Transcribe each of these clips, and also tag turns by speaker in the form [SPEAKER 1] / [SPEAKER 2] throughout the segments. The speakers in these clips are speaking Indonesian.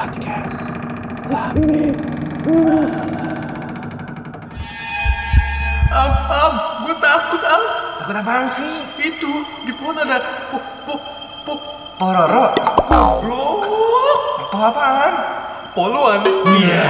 [SPEAKER 1] Podcast Lambe gue takut
[SPEAKER 2] Takut apaan sih?
[SPEAKER 1] Itu di pohon ada
[SPEAKER 2] Pororo?
[SPEAKER 1] goblok.
[SPEAKER 2] Po apaan?
[SPEAKER 1] Poluan. Iya.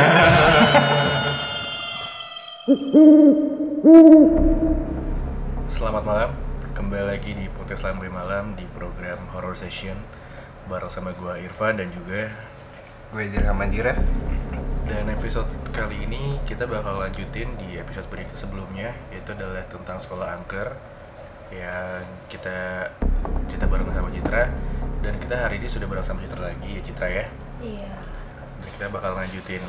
[SPEAKER 1] Selamat malam. Kembali lagi di Podcast Lambe Malam di program Horror Session bareng sama gue Irfan dan juga
[SPEAKER 2] Gue Dirham Mandira.
[SPEAKER 1] dan episode kali ini kita bakal lanjutin di episode sebelumnya, yaitu adalah tentang sekolah angker yang kita bareng sama Citra, dan kita hari ini sudah bareng sama Citra lagi ya Citra ya.
[SPEAKER 3] Iya.
[SPEAKER 1] Dan kita bakal lanjutin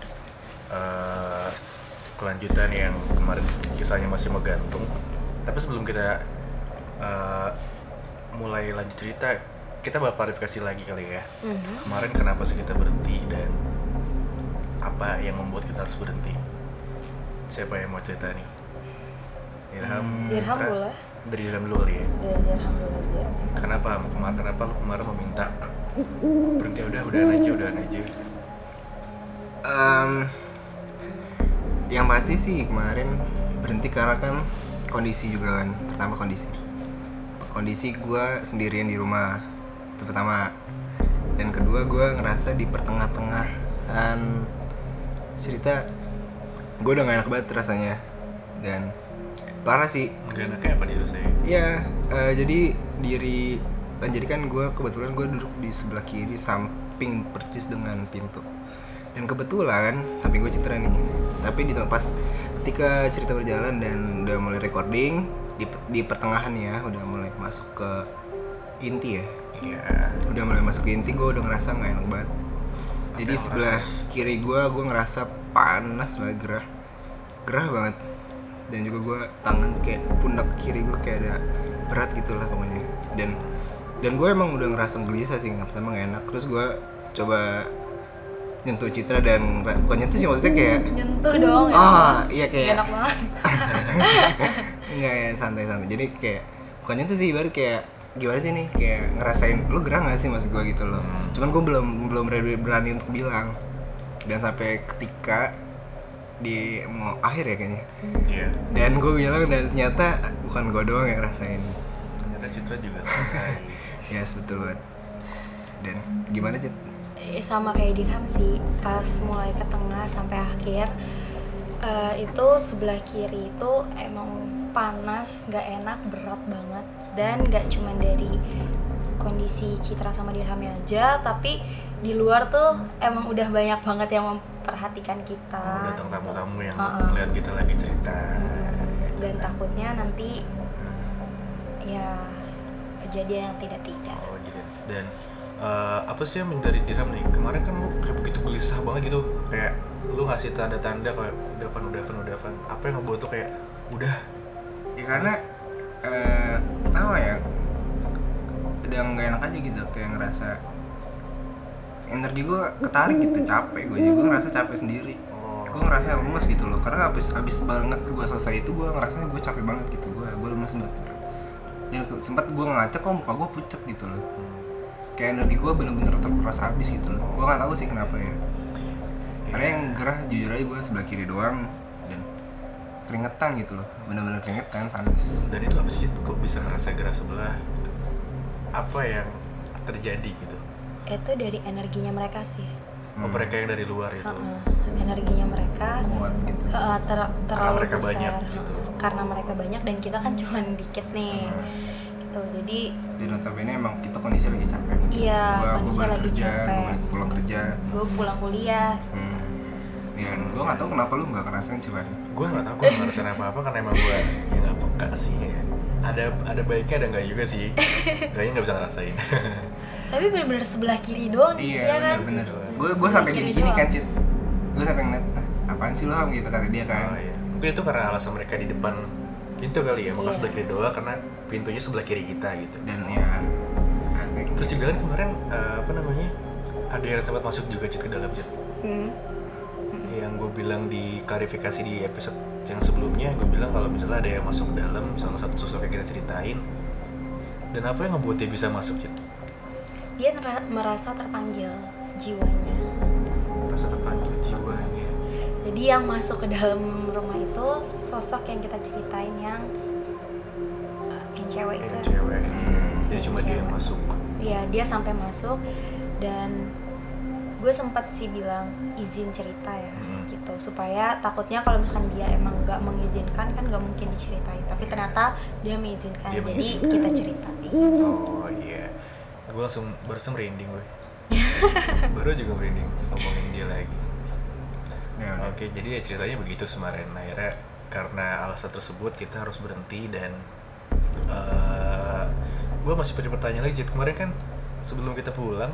[SPEAKER 1] kelanjutan yang kemarin kisahnya masih menggantung. Tapi sebelum kita mulai lanjut cerita, kita bakal klarifikasi lagi kali ya. Kemarin kenapa sih kita berhenti dan apa yang membuat kita harus berhenti? Siapa yang mau cerita nih? Dirham
[SPEAKER 3] Dirham boleh.
[SPEAKER 1] Dari Dirham dulu kali ya.
[SPEAKER 3] Dari Dirham dulu aja.
[SPEAKER 1] Kenapa lu kemarin meminta berhenti? Udahan aja.
[SPEAKER 2] Yang pasti sih kemarin berhenti karena kan kondisi juga kan. Pertama kondisi gue sendirian di rumah itu pertama, dan kedua gue ngerasa di pertengah-tengahan cerita gue udah gak enak banget rasanya, dan parah sih.
[SPEAKER 1] Gak enaknya apa dia saya?
[SPEAKER 2] Iya, jadi kan gue kebetulan gue duduk di sebelah kiri samping percis dengan pintu, dan kebetulan samping gue Citra nih. Tapi pas ketika cerita berjalan dan udah mulai recording di pertengahan ya, udah mulai masuk ke inti ya.
[SPEAKER 1] Iya.
[SPEAKER 2] Udah mulai masuk ke inti, gue udah ngerasa nggak enak banget. Jadi sebelah kiri gue ngerasa panas banget, gerah banget. Dan juga gue tangan kayak pundak kiri gue kayak ada berat gitulah pokoknya. Dan gue emang udah ngerasa gelisah sih, emang gak enak. Terus gue coba nyentuh Citra, dan bukan nyentuh sih, maksudnya kayak
[SPEAKER 3] Nyentuh dong.
[SPEAKER 2] iya kayak
[SPEAKER 3] Gak enak banget.
[SPEAKER 2] enggak ya, santai-santai. Jadi kayak bukan nyentuh sih, baru kayak gimana sih nih, kayak ngerasain lu gerah gak sih maksud gue gitu loh. Cuman gue belum berani untuk bilang. Dan sampai ketika di mau akhir ya kayaknya.
[SPEAKER 1] Iya.
[SPEAKER 2] Dan gue bilang, dan ternyata bukan gue doang yang ngerasain.
[SPEAKER 1] Ternyata Citra juga.
[SPEAKER 2] Yes, betul banget. Dan gimana Cit?
[SPEAKER 3] Sama kayak Dirham sih, pas mulai ke tengah sampai akhir itu sebelah kiri itu emang panas, gak enak, berat banget. Dan gak cuma dari kondisi Citra sama Dirhamnya aja, tapi di luar tuh emang udah banyak banget yang memperhatikan kita.
[SPEAKER 1] Datang tamu-tamu yang melihat kita lagi cerita.
[SPEAKER 3] Dan takutnya nanti ya kejadian yang tidak.
[SPEAKER 1] Oh gitu. Dan apa sih yang dari Dirham nih? Kemarin kan lu kayak begitu gelisah banget gitu. Kayak lu ngasih tanda-tanda kayak udah. Apa yang ngebuat tuh kayak udah?
[SPEAKER 2] Ya karena apa ya, udah nggak enak aja gitu, kayak ngerasa energi gue ketarik gitu, capek gue ngerasa capek sendiri. Gue ngerasa lemes gitu loh, karena abis banget gue selesai itu, gue ngerasa gue capek banget gitu, gue lemes banget. Dan sempat gue ngaca kok muka gue pucet gitu loh, kayak energi gue bener-bener terkuras habis gitu loh. Gue nggak tahu sih kenapa ya. Karena yang gerah jujur aja gue sebelah kiri doang, dan keringetan gitu loh, bener-bener keringetan, panas.
[SPEAKER 1] Dan itu apa sih? Kok bisa ngerasa gerah sebelah? Apa yang terjadi gitu?
[SPEAKER 3] Itu dari energinya mereka sih.
[SPEAKER 1] Oh, mereka yang dari luar itu.
[SPEAKER 3] Energinya mereka
[SPEAKER 2] Kuat gitu sih.
[SPEAKER 3] terlalu
[SPEAKER 1] mereka
[SPEAKER 3] besar.
[SPEAKER 1] banyak gitu.
[SPEAKER 3] Karena mereka banyak dan kita kan cuma dikit nih. Gitu. Jadi
[SPEAKER 2] Di notabene emang kita kondisi lagi capek.
[SPEAKER 3] iya,
[SPEAKER 2] Gua
[SPEAKER 3] kondisi
[SPEAKER 2] balik
[SPEAKER 3] lagi
[SPEAKER 2] kerja,
[SPEAKER 3] capek.
[SPEAKER 2] gue balik pulang kerja.
[SPEAKER 3] Gue pulang kuliah.
[SPEAKER 2] Dan gue nggak tahu kenapa lu nggak ngerasain sih, Van.
[SPEAKER 1] Gue nggak tahu, gue nggak ngerasain apa-apa karena emang gue ya nggak peka sih. Ada baiknya, ada nggak juga sih. Kayaknya nggak bisa ngerasain.
[SPEAKER 3] Tapi benar-benar sebelah kiri doang gitu ya kan.
[SPEAKER 2] Bener. Gue
[SPEAKER 3] Sebelah
[SPEAKER 2] sampai
[SPEAKER 3] kiri
[SPEAKER 2] gini
[SPEAKER 3] doang.
[SPEAKER 2] kan, Cit. Gue sampai ngeliat, apaan sih lo Ham gitu kata dia kan.
[SPEAKER 1] Oh, iya. Mungkin itu karena alasan mereka di depan pintu kali ya, maka
[SPEAKER 3] Iya.
[SPEAKER 1] sebelah kiri doang karena pintunya sebelah kiri kita gitu.
[SPEAKER 2] Dan ya aneh.
[SPEAKER 1] Terus juga kan kemarin ada yang sempat masuk juga Cit ke dalam Cit. Yang gue bilang di klarifikasi di episode yang sebelumnya, gue bilang kalau misalnya ada yang masuk ke dalam salah satu sosok yang kita ceritain, dan apa yang ngebuat dia bisa masuk Cit?
[SPEAKER 3] Dia merasa terpanggil jiwanya.
[SPEAKER 1] Rasa terpanggil jiwanya.
[SPEAKER 3] Jadi yang masuk ke dalam rumah itu sosok yang kita ceritain yang cewek itu.
[SPEAKER 1] Yang cewek. Jadi cuma dia yang masuk.
[SPEAKER 3] Iya, dia sampai masuk dan gue sempat sih bilang izin cerita ya gitu, supaya takutnya kalau misalkan dia emang nggak mengizinkan kan nggak mungkin diceritain, tapi ternyata dia mengizinkan,
[SPEAKER 1] Dia
[SPEAKER 3] jadi
[SPEAKER 1] mengizinkan.
[SPEAKER 3] kita ceritain.
[SPEAKER 1] Oh iya, gue barusan merinding gue. Baru juga merinding ngomongin dia lagi.
[SPEAKER 2] Ya,
[SPEAKER 1] Oke, jadi ya ceritanya begitu kemarin. Akhirnya karena alasan tersebut kita harus berhenti dan gue masih punya pertanyaan lagi. Jit, kemarin kan sebelum kita pulang,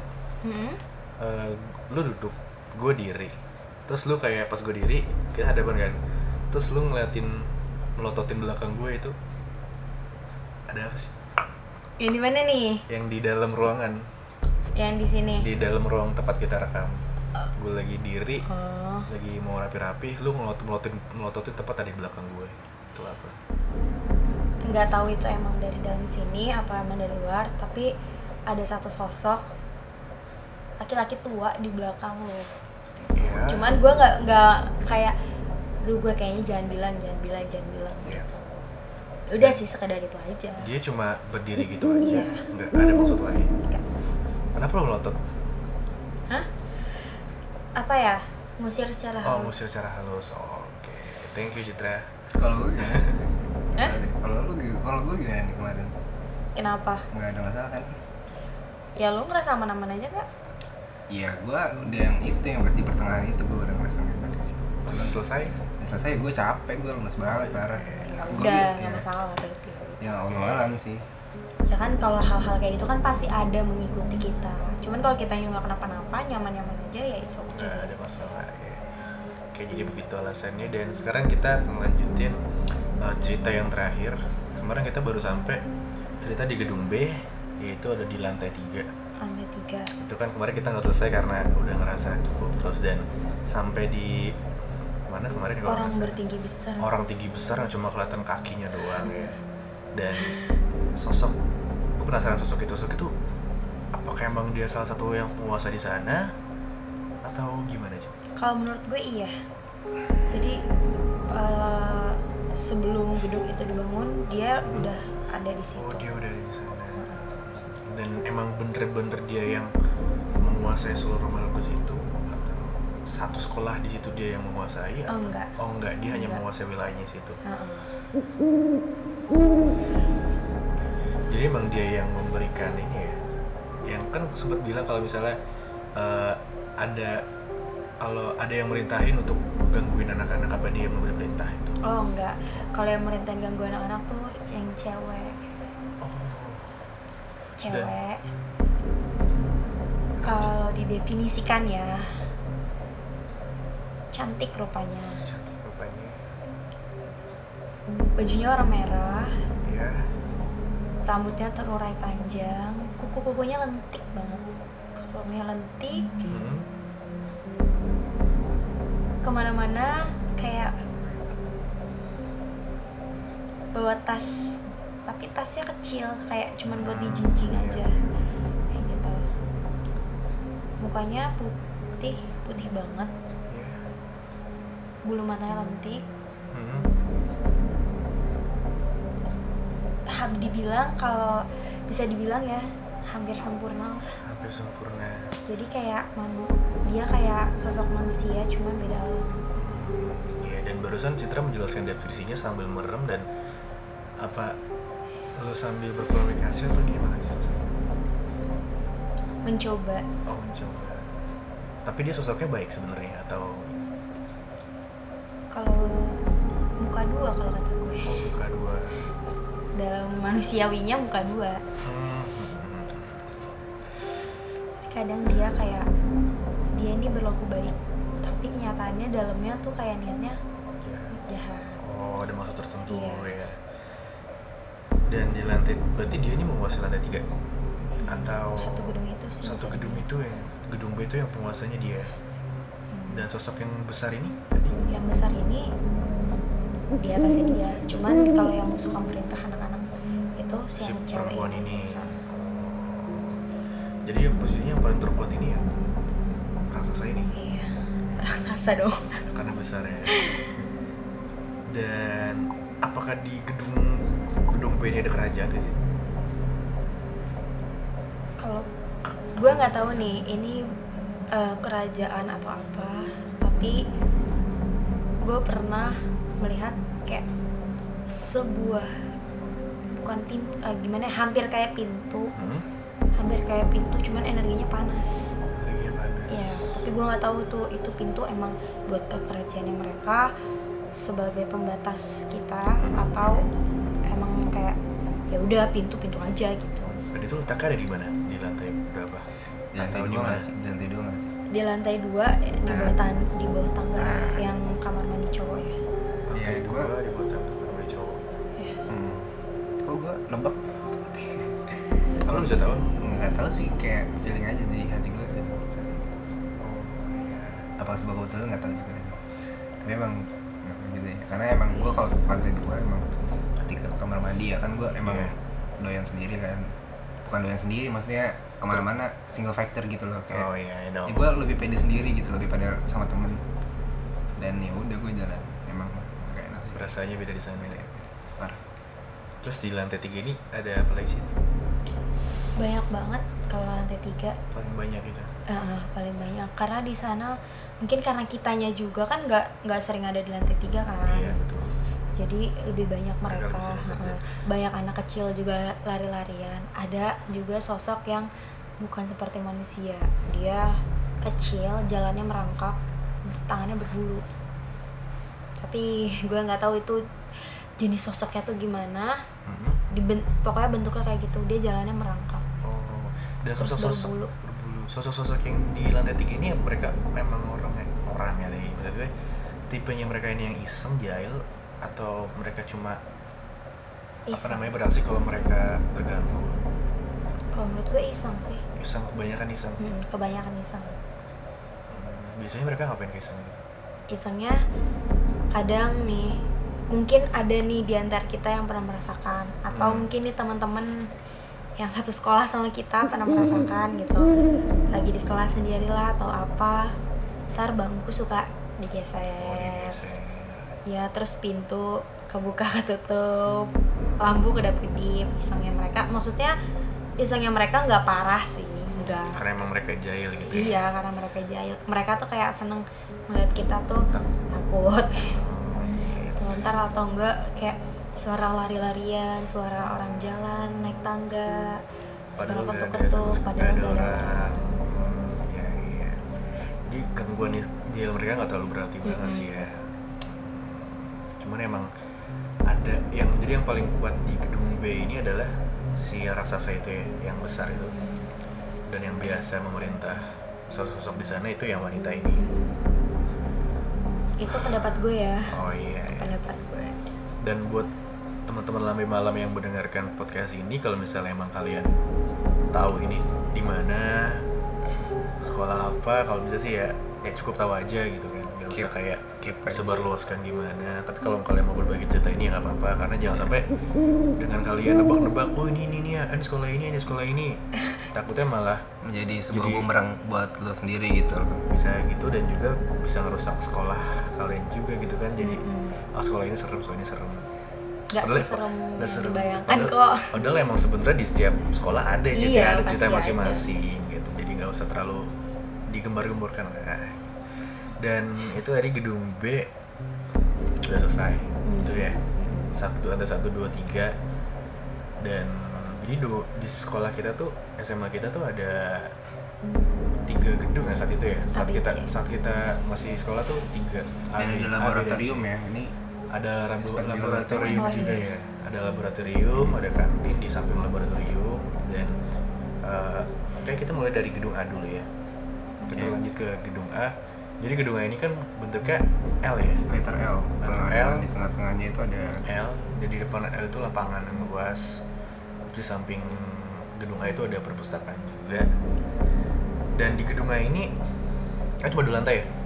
[SPEAKER 1] lu duduk, gue diri. Terus lu kayak pas gue diri, kita hadapan kan. Terus lu melototin belakang gue itu. Ada apa sih?
[SPEAKER 3] Yang di mana nih?
[SPEAKER 1] Yang di dalam ruangan.
[SPEAKER 3] Yang di sini.
[SPEAKER 1] Di dalam ruang tempat kita rekam. Gue lagi diri,
[SPEAKER 3] Oh,
[SPEAKER 1] lagi mau rapi-rapi, lu melototin tempat tadi di belakang gue. Itu apa?
[SPEAKER 3] nggak tahu itu emang dari dalam sini atau emang dari luar, tapi ada satu sosok laki-laki tua di belakang lo.
[SPEAKER 1] Iya.
[SPEAKER 3] Cuman gue nggak kayak, gue kayaknya jangan bilang.
[SPEAKER 1] Iya.
[SPEAKER 3] Udah sih sekedar itu aja.
[SPEAKER 1] Dia cuma berdiri gitu aja,
[SPEAKER 3] Iya.
[SPEAKER 1] nggak ada maksud lain.
[SPEAKER 3] Nggak.
[SPEAKER 1] Kenapa lo melotot?
[SPEAKER 3] Hah? Apa ya? Ngusir secara halus.
[SPEAKER 1] Oh, musik secara halus. Oh, oke. Thank you, Citra.
[SPEAKER 2] Kalau gue gimana?
[SPEAKER 3] Eh?
[SPEAKER 2] Kalau gue gimana nih kemarin?
[SPEAKER 3] Kenapa?
[SPEAKER 2] Nggak ada masalah kan?
[SPEAKER 3] Ya lu ngerasa aman-aman aja gak?
[SPEAKER 2] Iya, gue udah yang itu yang berarti pertengahan itu gue udah ngerasa nggak enak sih.
[SPEAKER 1] Pas selesai,
[SPEAKER 2] Selesai gue capek, gue lemes banget parah.
[SPEAKER 3] Ya
[SPEAKER 2] Gua
[SPEAKER 3] udah,
[SPEAKER 2] gitu,
[SPEAKER 3] nggak
[SPEAKER 2] ya.
[SPEAKER 3] masalah berarti.
[SPEAKER 2] Ya awal-awalan sih.
[SPEAKER 3] Ya kan kalau hal-hal kayak itu kan pasti ada mengikuti kita. Cuman kalau kita nggak kenapa-napa, nyaman-nyaman aja ya it's okay.
[SPEAKER 1] nggak ada masalah. Ya. Oke, jadi begitu alasannya. Dan sekarang kita ngelanjutin cerita yang terakhir. Kemarin kita baru sampai cerita di gedung B, yaitu ada di lantai 3.
[SPEAKER 3] Lantai 3.
[SPEAKER 1] Itu kan kemarin kita nggak selesai karena udah ngerasa cukup terus, dan sampai di mana kemarin kalau
[SPEAKER 3] Orang
[SPEAKER 1] nggak salah?
[SPEAKER 3] bertinggi besar.
[SPEAKER 1] Orang tinggi besar yang cuma kelihatan kakinya doang ya. Dan sosok, gue penasaran sosok itu apakah emang dia salah satu yang penguasa di sana atau gimana sih?
[SPEAKER 3] Kalau menurut gue iya. Jadi sebelum gedung itu dibangun, dia udah ada di situ.
[SPEAKER 1] Oh, dia udah di sana. Dan emang bener-bener dia yang menguasai seluruh Malkus itu, atau satu sekolah di situ dia yang menguasai?
[SPEAKER 3] Oh,
[SPEAKER 1] atau?
[SPEAKER 3] enggak.
[SPEAKER 1] Oh enggak, dia hanya
[SPEAKER 3] Enggak.
[SPEAKER 1] menguasai wilayahnya situ.
[SPEAKER 3] Heeh.
[SPEAKER 1] Jadi emang dia yang memberikan ini ya. Yang kan sempat bilang kalau misalnya kalau ada yang merintahin untuk gangguin anak-anak, apa dia yang memberi perintah itu?
[SPEAKER 3] Oh enggak. Kalau yang merintahin ganggu anak-anak tuh yang cewek.
[SPEAKER 1] Oh.
[SPEAKER 3] Cewek. Kalau didefinisikan ya, cantik rupanya.
[SPEAKER 1] Cantik rupanya.
[SPEAKER 3] Bajunya warna merah,
[SPEAKER 1] Iya.
[SPEAKER 3] rambutnya terurai panjang, kuku-kukunya lentik banget. Kukunya lentik, kemana-mana kayak bawa tas, tapi tasnya kecil, kayak cuman buat dijinjing aja, kayak gitu. Mukanya putih banget,
[SPEAKER 1] Iya.
[SPEAKER 3] bulu matanya lentik. Dibilang kalau bisa dibilang ya hampir sempurna.
[SPEAKER 1] Hampir sempurna.
[SPEAKER 3] Jadi kayak dia kayak sosok manusia cuman beda alam.
[SPEAKER 1] Iya, dan barusan Citra menjelaskan deskripsinya sambil merem, dan apa lu sambil berkomunikasi atau gimana sih?
[SPEAKER 3] Mencoba.
[SPEAKER 1] Oh, mencoba. Tapi dia sosoknya baik sebenarnya atau?
[SPEAKER 3] Kalau muka dua kalau kata gue.
[SPEAKER 1] Oh, muka dua.
[SPEAKER 3] Dalam manusiawinya muka dua. Kadang dia ini berlaku baik, tapi kenyataannya dalamnya tuh kayak niatnya jahat.
[SPEAKER 1] Oh, ada maksud tertentu.
[SPEAKER 3] Iya.
[SPEAKER 1] Ya. Dan di lantai, berarti dia ini menguasai lantai 3 atau
[SPEAKER 3] Satu gedung itu sih.
[SPEAKER 1] satu
[SPEAKER 3] bisa
[SPEAKER 1] gedung
[SPEAKER 3] dibilang.
[SPEAKER 1] itu yang gedung B itu yang penguasanya dia. Dan sosok yang besar ini
[SPEAKER 3] Yang besar ini di atasnya dia. Cuman kalau yang suka merintah anak-anak itu si
[SPEAKER 1] si
[SPEAKER 3] yang cewek
[SPEAKER 1] perempuan ini.
[SPEAKER 3] Nah,
[SPEAKER 1] Jadi yang posisinya yang paling terkuat ini ya. raksasa ini.
[SPEAKER 3] Iya, raksasa dong.
[SPEAKER 1] Karena besar ya. Dan apakah di gedung B ini ada kerajaan gak sih?
[SPEAKER 3] Kalau gue nggak tahu nih ini kerajaan atau apa, tapi gue pernah melihat kayak sebuah bukan pintu, gimana ya, hampir kayak pintu, cuman energinya panas. Ya, tapi gue nggak tahu tuh itu pintu emang buat ke kerajaannya mereka sebagai pembatas kita atau emang kayak ya udah pintu aja gitu.
[SPEAKER 1] Dan itu letaknya ada di mana? Di lantai berapa?
[SPEAKER 2] Di lantai 2 nggak sih?
[SPEAKER 3] Di lantai 2 di bawah tangga yang kamar mandi cowok ya.
[SPEAKER 2] Iya,
[SPEAKER 1] Gue di bawah kamar mandi cowok.
[SPEAKER 2] Kok gue nebak?
[SPEAKER 1] Kalau bisa tahu?
[SPEAKER 2] Nggak tahu sih, kayak feeling aja di hati gue. Apa sebab betul nggak tahu juga. Tapi emang gitu ya. Karena emang gue kalau ke lantai 2 emang ketika ke kamar mandi ya kan gue emang doyan sendiri kan. Bukan doyan sendiri, maksudnya kemana-mana single factor gitu loh kayak.
[SPEAKER 1] Oh iya, I know.
[SPEAKER 2] Ya gue lebih pede sendiri gitu daripada sama temen. Dan ya udah gue jalan. Emang gak enak sih.
[SPEAKER 1] Rasanya beda di sana ya.
[SPEAKER 2] Parah.
[SPEAKER 1] Terus di lantai 3 ini ada apa lagi sih?
[SPEAKER 3] Banyak banget kalau lantai 3.
[SPEAKER 1] Paling banyak gitu.
[SPEAKER 3] Paling banyak karena di sana mungkin karena kitanya juga kan nggak sering ada di lantai 3 kan.
[SPEAKER 1] Iya betul.
[SPEAKER 3] Jadi lebih banyak
[SPEAKER 1] Mereka
[SPEAKER 3] mereka,
[SPEAKER 1] lebih sering
[SPEAKER 3] banyak anak kecil juga lari-larian. Ada juga sosok yang bukan seperti manusia. Dia kecil, jalannya merangkak, tangannya berbulu. Tapi gue nggak tahu itu jenis sosoknya tuh gimana. Pokoknya bentuknya kayak gitu. Dia jalannya merangkak.
[SPEAKER 1] Oh, dan
[SPEAKER 3] Terus
[SPEAKER 1] sosok-sosok
[SPEAKER 3] berbulu.
[SPEAKER 1] Sosok-sosok yang di lantai 3 ini mereka memang orangnya deh. Maksudnya tipenya mereka ini yang iseng, jahil, atau mereka cuma beraksi kalau mereka terganggu.
[SPEAKER 3] Kalau menurut gue iseng sih.
[SPEAKER 1] Iseng, kebanyakan iseng.
[SPEAKER 3] Kebanyakan iseng.
[SPEAKER 1] Biasanya mereka ngapain ke iseng gitu?
[SPEAKER 3] Isengnya kadang nih mungkin ada nih di antara kita yang pernah merasakan atau mungkin nih teman-teman yang satu sekolah sama kita pernah merasakan gitu, lagi di kelas sendirilah atau apa, ntar bangku suka digeser. Ya terus pintu kebuka ketutup, lampu kedap-kedip. Isengnya mereka, maksudnya isengnya mereka nggak parah sih, enggak.
[SPEAKER 1] Karena emang mereka jahil gitu ya?
[SPEAKER 3] Iya, karena mereka jahil. Mereka tuh kayak seneng ngeliat kita tuh takut. Ntar atau enggak kayak suara lari-larian, suara orang jalan, naik tangga, suara ketuk-ketuk, padahal nggak ada orang.
[SPEAKER 1] Iya. Jadi gangguan jahil mereka nggak terlalu berarti banget sih ya. Cuman emang ada jadi yang paling kuat di gedung B ini adalah si raksasa itu ya, yang besar itu. Dan yang biasa memerintah sosok-sosok di sana itu yang wanita ini.
[SPEAKER 3] Itu pendapat gue ya.
[SPEAKER 1] Oh iya.
[SPEAKER 3] Pendapat gue.
[SPEAKER 1] Dan buat teman-teman Lambe Malam yang mendengarkan podcast ini, kalau misalnya emang kalian tahu ini di mana, sekolah apa, kalau bisa sih ya cukup tahu aja gitu kan, nggak usah kayak sebarluaskan gimana. Tapi kalau kalian mau berbagi cerita ini ya nggak apa-apa, karena jangan sampai dengan kalian nebak-nebak, oh ini ya, ini sekolah ini, takutnya malah
[SPEAKER 2] menjadi sebuah bumerang buat lo sendiri gitu loh.
[SPEAKER 1] Bisa gitu, dan juga bisa ngerusak sekolah kalian juga gitu kan. Jadi sekolah ini serem.
[SPEAKER 3] Gak seserem dibayangkan
[SPEAKER 1] padahal,
[SPEAKER 3] kok.
[SPEAKER 1] Padahal emang sebenarnya di setiap sekolah ada ada cerita masing-masing gitu. Jadi nggak usah terlalu digembar-gemborkan lah. Dan itu tadi gedung B udah selesai. Itu ya. Lantai 1, 2, 3. Dan jadi di sekolah kita tuh, SMA kita tuh ada 3 gedung ya saat itu ya. Saat kita masih sekolah tuh 3.
[SPEAKER 2] Dan ada laboratorium ya. Ini
[SPEAKER 1] ada laboratorium juga ya. Ada laboratorium, ada kantin di samping laboratorium. Dan oke, kita mulai dari gedung A dulu ya. Kita lanjut ke gedung A. Jadi gedung A ini kan bentuknya L ya.
[SPEAKER 2] Letter L.
[SPEAKER 1] L.
[SPEAKER 2] Di tengah-tengahnya itu ada
[SPEAKER 1] L. Dan di depan L itu lapangan yang luas. Di samping gedung A itu ada perpustakaan juga. Dan di gedung A ini cuma 2 lantai ya.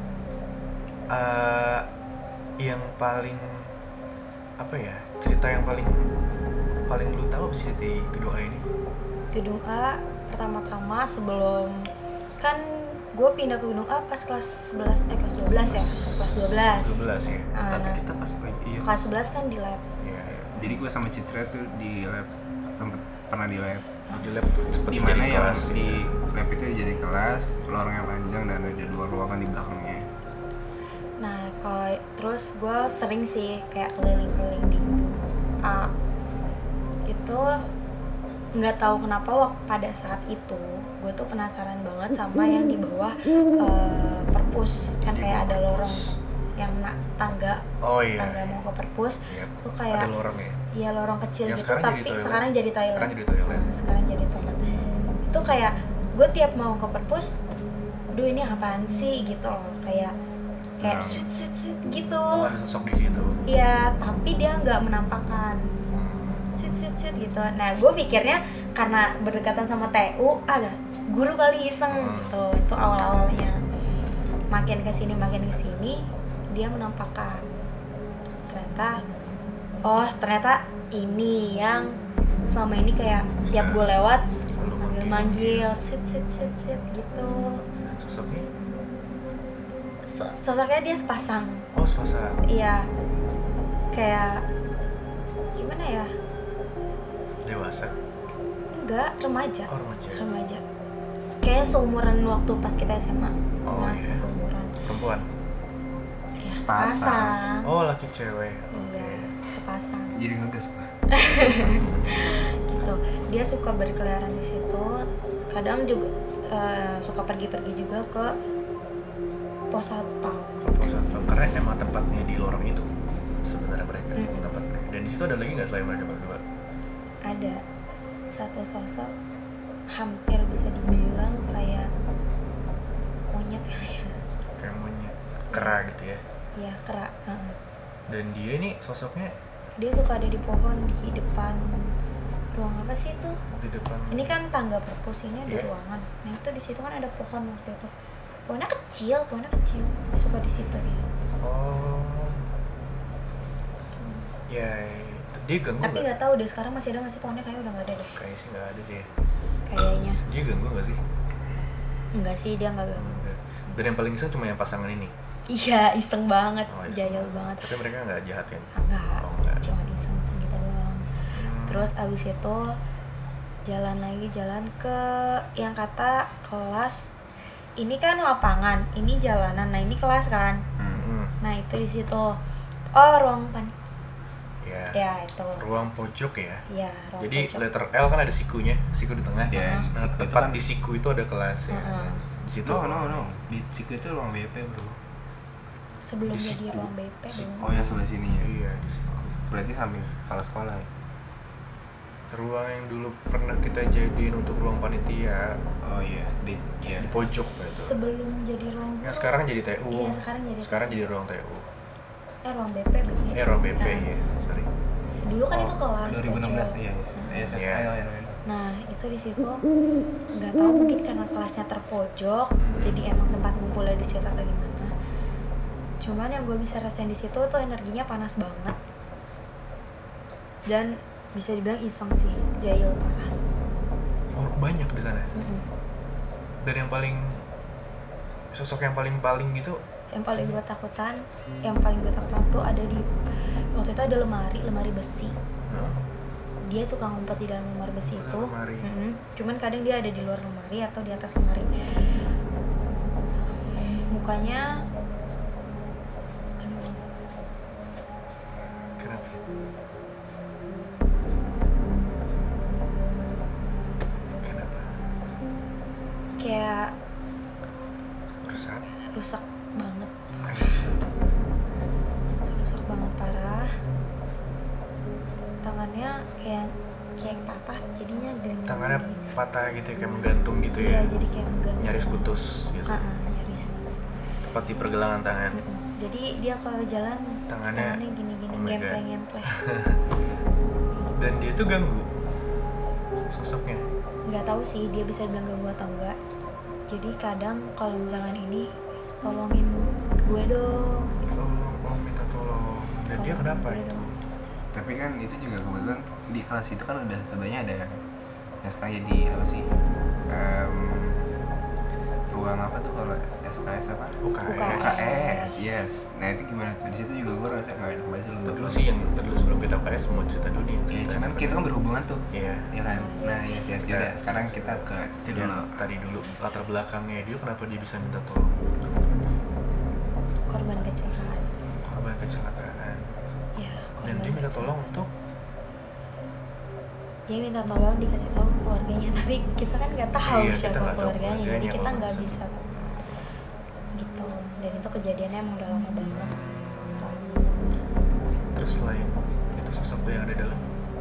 [SPEAKER 1] Yang paling cerita yang paling lu tahu sih di gedung A ini?
[SPEAKER 3] Gedung A pertama-tama sebelum kan gue pindah ke Gunung A pas kelas 11 kelas 12 ya, kelas 12.
[SPEAKER 1] 12 ya.
[SPEAKER 2] Tapi
[SPEAKER 3] Nah,
[SPEAKER 2] kita pas iya.
[SPEAKER 3] kelas 11 kan di lab.
[SPEAKER 1] Iya, iya.
[SPEAKER 2] Jadi gue sama Citra tuh di lab, pernah di lab.
[SPEAKER 1] Di lab cepet
[SPEAKER 2] Di mana
[SPEAKER 1] jadi
[SPEAKER 2] yang
[SPEAKER 1] kelas
[SPEAKER 2] di
[SPEAKER 1] gitu.
[SPEAKER 2] lab itu jadi kelas, lorongnya panjang dan ada 2 ruangan di belakangnya.
[SPEAKER 3] Nah, kalau terus gue sering sih kayak keliling-keliling di Gunung A. Itu nggak tahu kenapa pada saat itu gue tuh penasaran banget sama yang di bawah perpus, kan kayak ada lorong yang tangga
[SPEAKER 1] Oh iya.
[SPEAKER 3] tangga mau ke perpus.
[SPEAKER 1] Iya.
[SPEAKER 3] Tuh kayak
[SPEAKER 1] Ada lorong ya.
[SPEAKER 3] iya lorong kecil
[SPEAKER 1] Yang
[SPEAKER 3] gitu,
[SPEAKER 1] sekarang
[SPEAKER 3] tapi
[SPEAKER 1] jadi toilet.
[SPEAKER 3] sekarang jadi toilet.
[SPEAKER 1] Sekarang jadi toilet.
[SPEAKER 3] Sekarang jadi toilet. Itu kayak gue tiap mau ke perpus, duh ini apaan sih gitu loh, kayak sweet gitu.
[SPEAKER 1] Oh, ada sosok di situ.
[SPEAKER 3] Iya, tapi dia nggak menampakkan sweet gitu. Nah, gue pikirnya karena berdekatan sama TU, ada guru kali iseng gitu. Itu awal-awalnya. Makin kesini dia menampakkan. Ternyata ini yang selama ini kayak tiap gue lewat
[SPEAKER 1] Selalu
[SPEAKER 3] manggil sweet gitu.
[SPEAKER 1] Dan sosoknya?
[SPEAKER 3] Sosoknya dia sepasang.
[SPEAKER 1] Oh, sepasang.
[SPEAKER 3] Iya, kayak gimana ya?
[SPEAKER 1] Dewasa.
[SPEAKER 3] Enggak, remaja.
[SPEAKER 1] Oh, remaja.
[SPEAKER 3] Kayak seumuran waktu pas kita SMA.
[SPEAKER 1] Oh,
[SPEAKER 3] Masih
[SPEAKER 1] iya.
[SPEAKER 3] seumuran.
[SPEAKER 1] Perempuan.
[SPEAKER 3] Ya,
[SPEAKER 2] Sepasang.
[SPEAKER 3] sepasang.
[SPEAKER 1] Oh, laki cewek.
[SPEAKER 3] Iya, sepasang.
[SPEAKER 2] Jadi ngegas gue.
[SPEAKER 3] Gitu. Dia suka berkeliaran di situ. Kadang juga suka pergi-pergi juga ke pos satpam.
[SPEAKER 1] Karena emang tempatnya di lorong itu sebenarnya mereka tempat mereka. Dan di situ ada lagi nggak selain mereka berdua?
[SPEAKER 3] Ada satu sosok hampir bisa dibilang kayak monyet ya.
[SPEAKER 1] Kayak monyet, kera gitu ya.
[SPEAKER 3] Iya, kera.
[SPEAKER 1] Dan dia ini sosoknya
[SPEAKER 3] Dia suka ada di pohon di depan ruang apa sih itu?
[SPEAKER 1] di depan.
[SPEAKER 3] Ini kan tangga perpus, ini ada
[SPEAKER 1] Iya.
[SPEAKER 3] ruangan. Nah itu di situ kan ada pohon waktu itu. Pohonnya kecil. Dia suka di situ dia.
[SPEAKER 1] Oh. Ya, dia ganggu
[SPEAKER 3] Tapi
[SPEAKER 1] nggak?
[SPEAKER 3] nggak tahu deh sekarang masih ada nggak sih pohonnya, kayaknya udah nggak ada deh.
[SPEAKER 1] Kayaknya sih nggak ada sih.
[SPEAKER 3] Kayaknya.
[SPEAKER 1] Dia ganggu nggak sih?
[SPEAKER 3] Enggak sih, dia nggak ganggu.
[SPEAKER 1] Enggak. Dan yang paling iseng cuma yang pasangan ini.
[SPEAKER 3] Iya, iseng banget,
[SPEAKER 1] Oh, iseng
[SPEAKER 3] jahil banget.
[SPEAKER 1] Tapi mereka nggak jahat kan?
[SPEAKER 3] Enggak,
[SPEAKER 1] Oh, enggak.
[SPEAKER 3] cuma iseng-iseng gitu doang.
[SPEAKER 1] Hmm.
[SPEAKER 3] Terus abis itu jalan ke yang kata kelas. Ini kan lapangan, ini jalanan. Nah, ini kelas kan.
[SPEAKER 1] Hmm.
[SPEAKER 3] Nah, itu di situ. Oh, ruang
[SPEAKER 1] Ya.
[SPEAKER 3] ya itu.
[SPEAKER 1] Ruang pojok ya.
[SPEAKER 3] Ya, ruang
[SPEAKER 1] Jadi
[SPEAKER 3] pojok.
[SPEAKER 1] letter L kan ada sikunya, siku di tengah.
[SPEAKER 2] Ya,
[SPEAKER 1] Nah,
[SPEAKER 2] siku itu
[SPEAKER 1] tepat
[SPEAKER 2] kan-
[SPEAKER 1] di siku itu ada kelas ya. Di situ.
[SPEAKER 2] No. Di siku itu ruang BP bro.
[SPEAKER 3] Sebelum
[SPEAKER 1] Di
[SPEAKER 3] jadi
[SPEAKER 1] siku.
[SPEAKER 3] ruang BP dulu.
[SPEAKER 2] Oh ya sebelah sini ya.
[SPEAKER 1] Iya, di siku.
[SPEAKER 2] Berarti samping kepala sekolah ya.
[SPEAKER 1] Ruang yang dulu pernah kita jadiin untuk ruang panitia
[SPEAKER 2] Oh iya, di
[SPEAKER 1] di pojok gitu.
[SPEAKER 3] Sebelum jadi ruang
[SPEAKER 1] Yang sekarang jadi TU.
[SPEAKER 3] Iya, sekarang jadi
[SPEAKER 1] ruang TU.
[SPEAKER 3] ruang BP berarti.
[SPEAKER 1] Ruang BP
[SPEAKER 3] Nah,
[SPEAKER 1] ya, sorry.
[SPEAKER 3] Dulu kan itu kelas
[SPEAKER 2] 2016
[SPEAKER 3] pojok.
[SPEAKER 2] ya. Iya,
[SPEAKER 1] Iya.
[SPEAKER 2] saya namanya.
[SPEAKER 3] Nah, itu di situ nggak tahu mungkin karena kelasnya terpojok, jadi emang tempat ngumpulnya di situ atau gimana. Cuman yang gue bisa rasain di situ tuh energinya panas banget. Dan bisa dibilang iseng sih, jahil parah.
[SPEAKER 1] Oh, banyak di sana.
[SPEAKER 3] Mm-mm.
[SPEAKER 1] Dan yang paling sosok yang paling gitu.
[SPEAKER 3] Yang paling gue takutan tuh ada di waktu itu ada lemari besi.
[SPEAKER 1] Nah,
[SPEAKER 3] Dia suka ngumpet di dalam lemari besi
[SPEAKER 1] Ngumpet
[SPEAKER 3] itu.
[SPEAKER 1] dalam lemari.
[SPEAKER 3] Mm-mm. Cuman kadang dia ada di luar lemari atau di atas lemari. Mukanya, aduh,
[SPEAKER 1] kenapa? Kenapa?
[SPEAKER 3] kayak
[SPEAKER 1] Rusak.
[SPEAKER 3] rusak banget,
[SPEAKER 1] Rusak.
[SPEAKER 3] rusak banget parah. Tangannya kayak patah, jadinya gini.
[SPEAKER 1] Tangannya patah gitu ya, kayak menggantung gitu
[SPEAKER 3] Iya,
[SPEAKER 1] ya.
[SPEAKER 3] jadi kayak menggantung.
[SPEAKER 1] Nyaris putus gitu.
[SPEAKER 3] Nyaris.
[SPEAKER 1] Tepat di pergelangan tangan.
[SPEAKER 3] Jadi dia kalau jalan
[SPEAKER 1] Tangannya
[SPEAKER 3] gini-gini,
[SPEAKER 1] oh my God.
[SPEAKER 3] ngempleng.
[SPEAKER 1] Dan dia tuh ganggu sosoknya.
[SPEAKER 3] Nggak tahu sih dia bisa bilang ganggu atau enggak. Jadi kadang kalau misalkan ini tolongin gue dong.
[SPEAKER 1] Oh, minta tolong. Dan dia
[SPEAKER 3] Tolongin
[SPEAKER 1] kenapa
[SPEAKER 3] gue
[SPEAKER 1] itu?
[SPEAKER 3] dong.
[SPEAKER 2] Tapi kan itu juga kebetulan di kelas itu kan udah sebenarnya ada yang sekarang jadi apa sih? ruang apa tuh kalau SKS apa?
[SPEAKER 1] UKS.
[SPEAKER 2] UKS, yes. Nah itu gimana tuh? Di situ juga gue rasa nggak enak banget lu.
[SPEAKER 1] Dulu sih yang dulu sebelum kita UKS semua cerita dulu nih.
[SPEAKER 2] Ya, cuman kita kan berhubungan tuh.
[SPEAKER 1] Iya.
[SPEAKER 2] Ya kan. Nah ya sih. Yaudah, sekarang kita ke itu
[SPEAKER 1] Yang
[SPEAKER 2] dulu.
[SPEAKER 1] tadi dulu latar belakangnya dia kenapa dia bisa minta tolong
[SPEAKER 3] Korban kecelakaan.
[SPEAKER 1] korban kecelakaan
[SPEAKER 3] Ya,
[SPEAKER 1] dan dia minta tolong untuk
[SPEAKER 3] dia minta tolong dikasih tahu ke keluarganya, tapi kita kan nggak tahu
[SPEAKER 1] Iya, kita
[SPEAKER 3] siapa
[SPEAKER 1] nggak tahu
[SPEAKER 3] keluarganya, jadi
[SPEAKER 1] keluarganya,
[SPEAKER 3] kita
[SPEAKER 1] kalau
[SPEAKER 3] nggak
[SPEAKER 1] bisa.
[SPEAKER 3] bisa gitu. Dan itu kejadiannya emang udah lama banget.
[SPEAKER 1] terus selain itu sosok yang ada dalam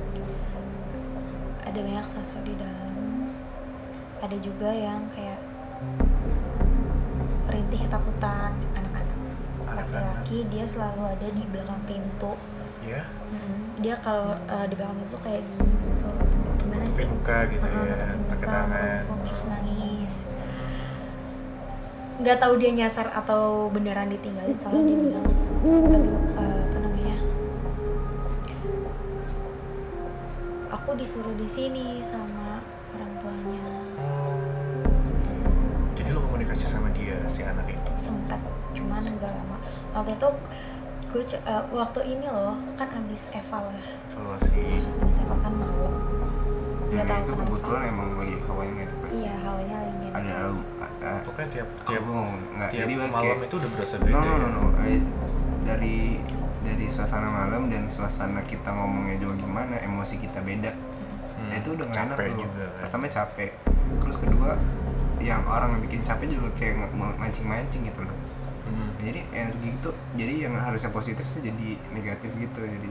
[SPEAKER 3] Ada banyak sosok di dalam, ada juga yang kayak perintih ketakutan anak-anak laki-laki. Dia selalu ada di belakang pintu.
[SPEAKER 1] ya
[SPEAKER 3] Dia kalau di belakang itu kayak gini gitu, gimana sih,
[SPEAKER 1] muka gitu ya
[SPEAKER 3] nutupin
[SPEAKER 1] pakai
[SPEAKER 3] muka,
[SPEAKER 1] tangan
[SPEAKER 3] merokok, terus nangis. Nggak tahu dia nyasar atau beneran ditinggalin, soalnya dia bilang aduh apa namanya, aku disuruh di sini sama orang tuanya.
[SPEAKER 1] Jadi lo komunikasi sama dia si anak itu
[SPEAKER 3] Sempat, cuman nggak lama. Waktu itu gue waktu ini loh kan abis eval ya,
[SPEAKER 1] evaluasi
[SPEAKER 3] abis eval kan malam.
[SPEAKER 2] Ya
[SPEAKER 3] Nggak tahu
[SPEAKER 2] itu
[SPEAKER 3] kenapa.
[SPEAKER 2] kebetulan emang lagi hawanya nggak depresi.
[SPEAKER 3] Iya, hawanya lagi nggak
[SPEAKER 2] Ada
[SPEAKER 1] pokoknya tiap
[SPEAKER 2] gue ngomong nggak.
[SPEAKER 1] tiap
[SPEAKER 2] Jadi
[SPEAKER 1] malam
[SPEAKER 2] kayak
[SPEAKER 1] itu udah berasa
[SPEAKER 2] no
[SPEAKER 1] beda
[SPEAKER 2] no no
[SPEAKER 1] ya?
[SPEAKER 2] no. Dari suasana malam dan suasana kita ngomongnya juga gimana, emosi kita beda. Nah itu udah nggak enak
[SPEAKER 1] capek
[SPEAKER 2] tuh.
[SPEAKER 1] juga kan.
[SPEAKER 2] Pertama capek, terus kedua yang orang yang bikin capek juga kayak mancing-mancing gitu loh. Jadi energi itu, jadi yang harusnya positif tuh jadi negatif gitu. Jadi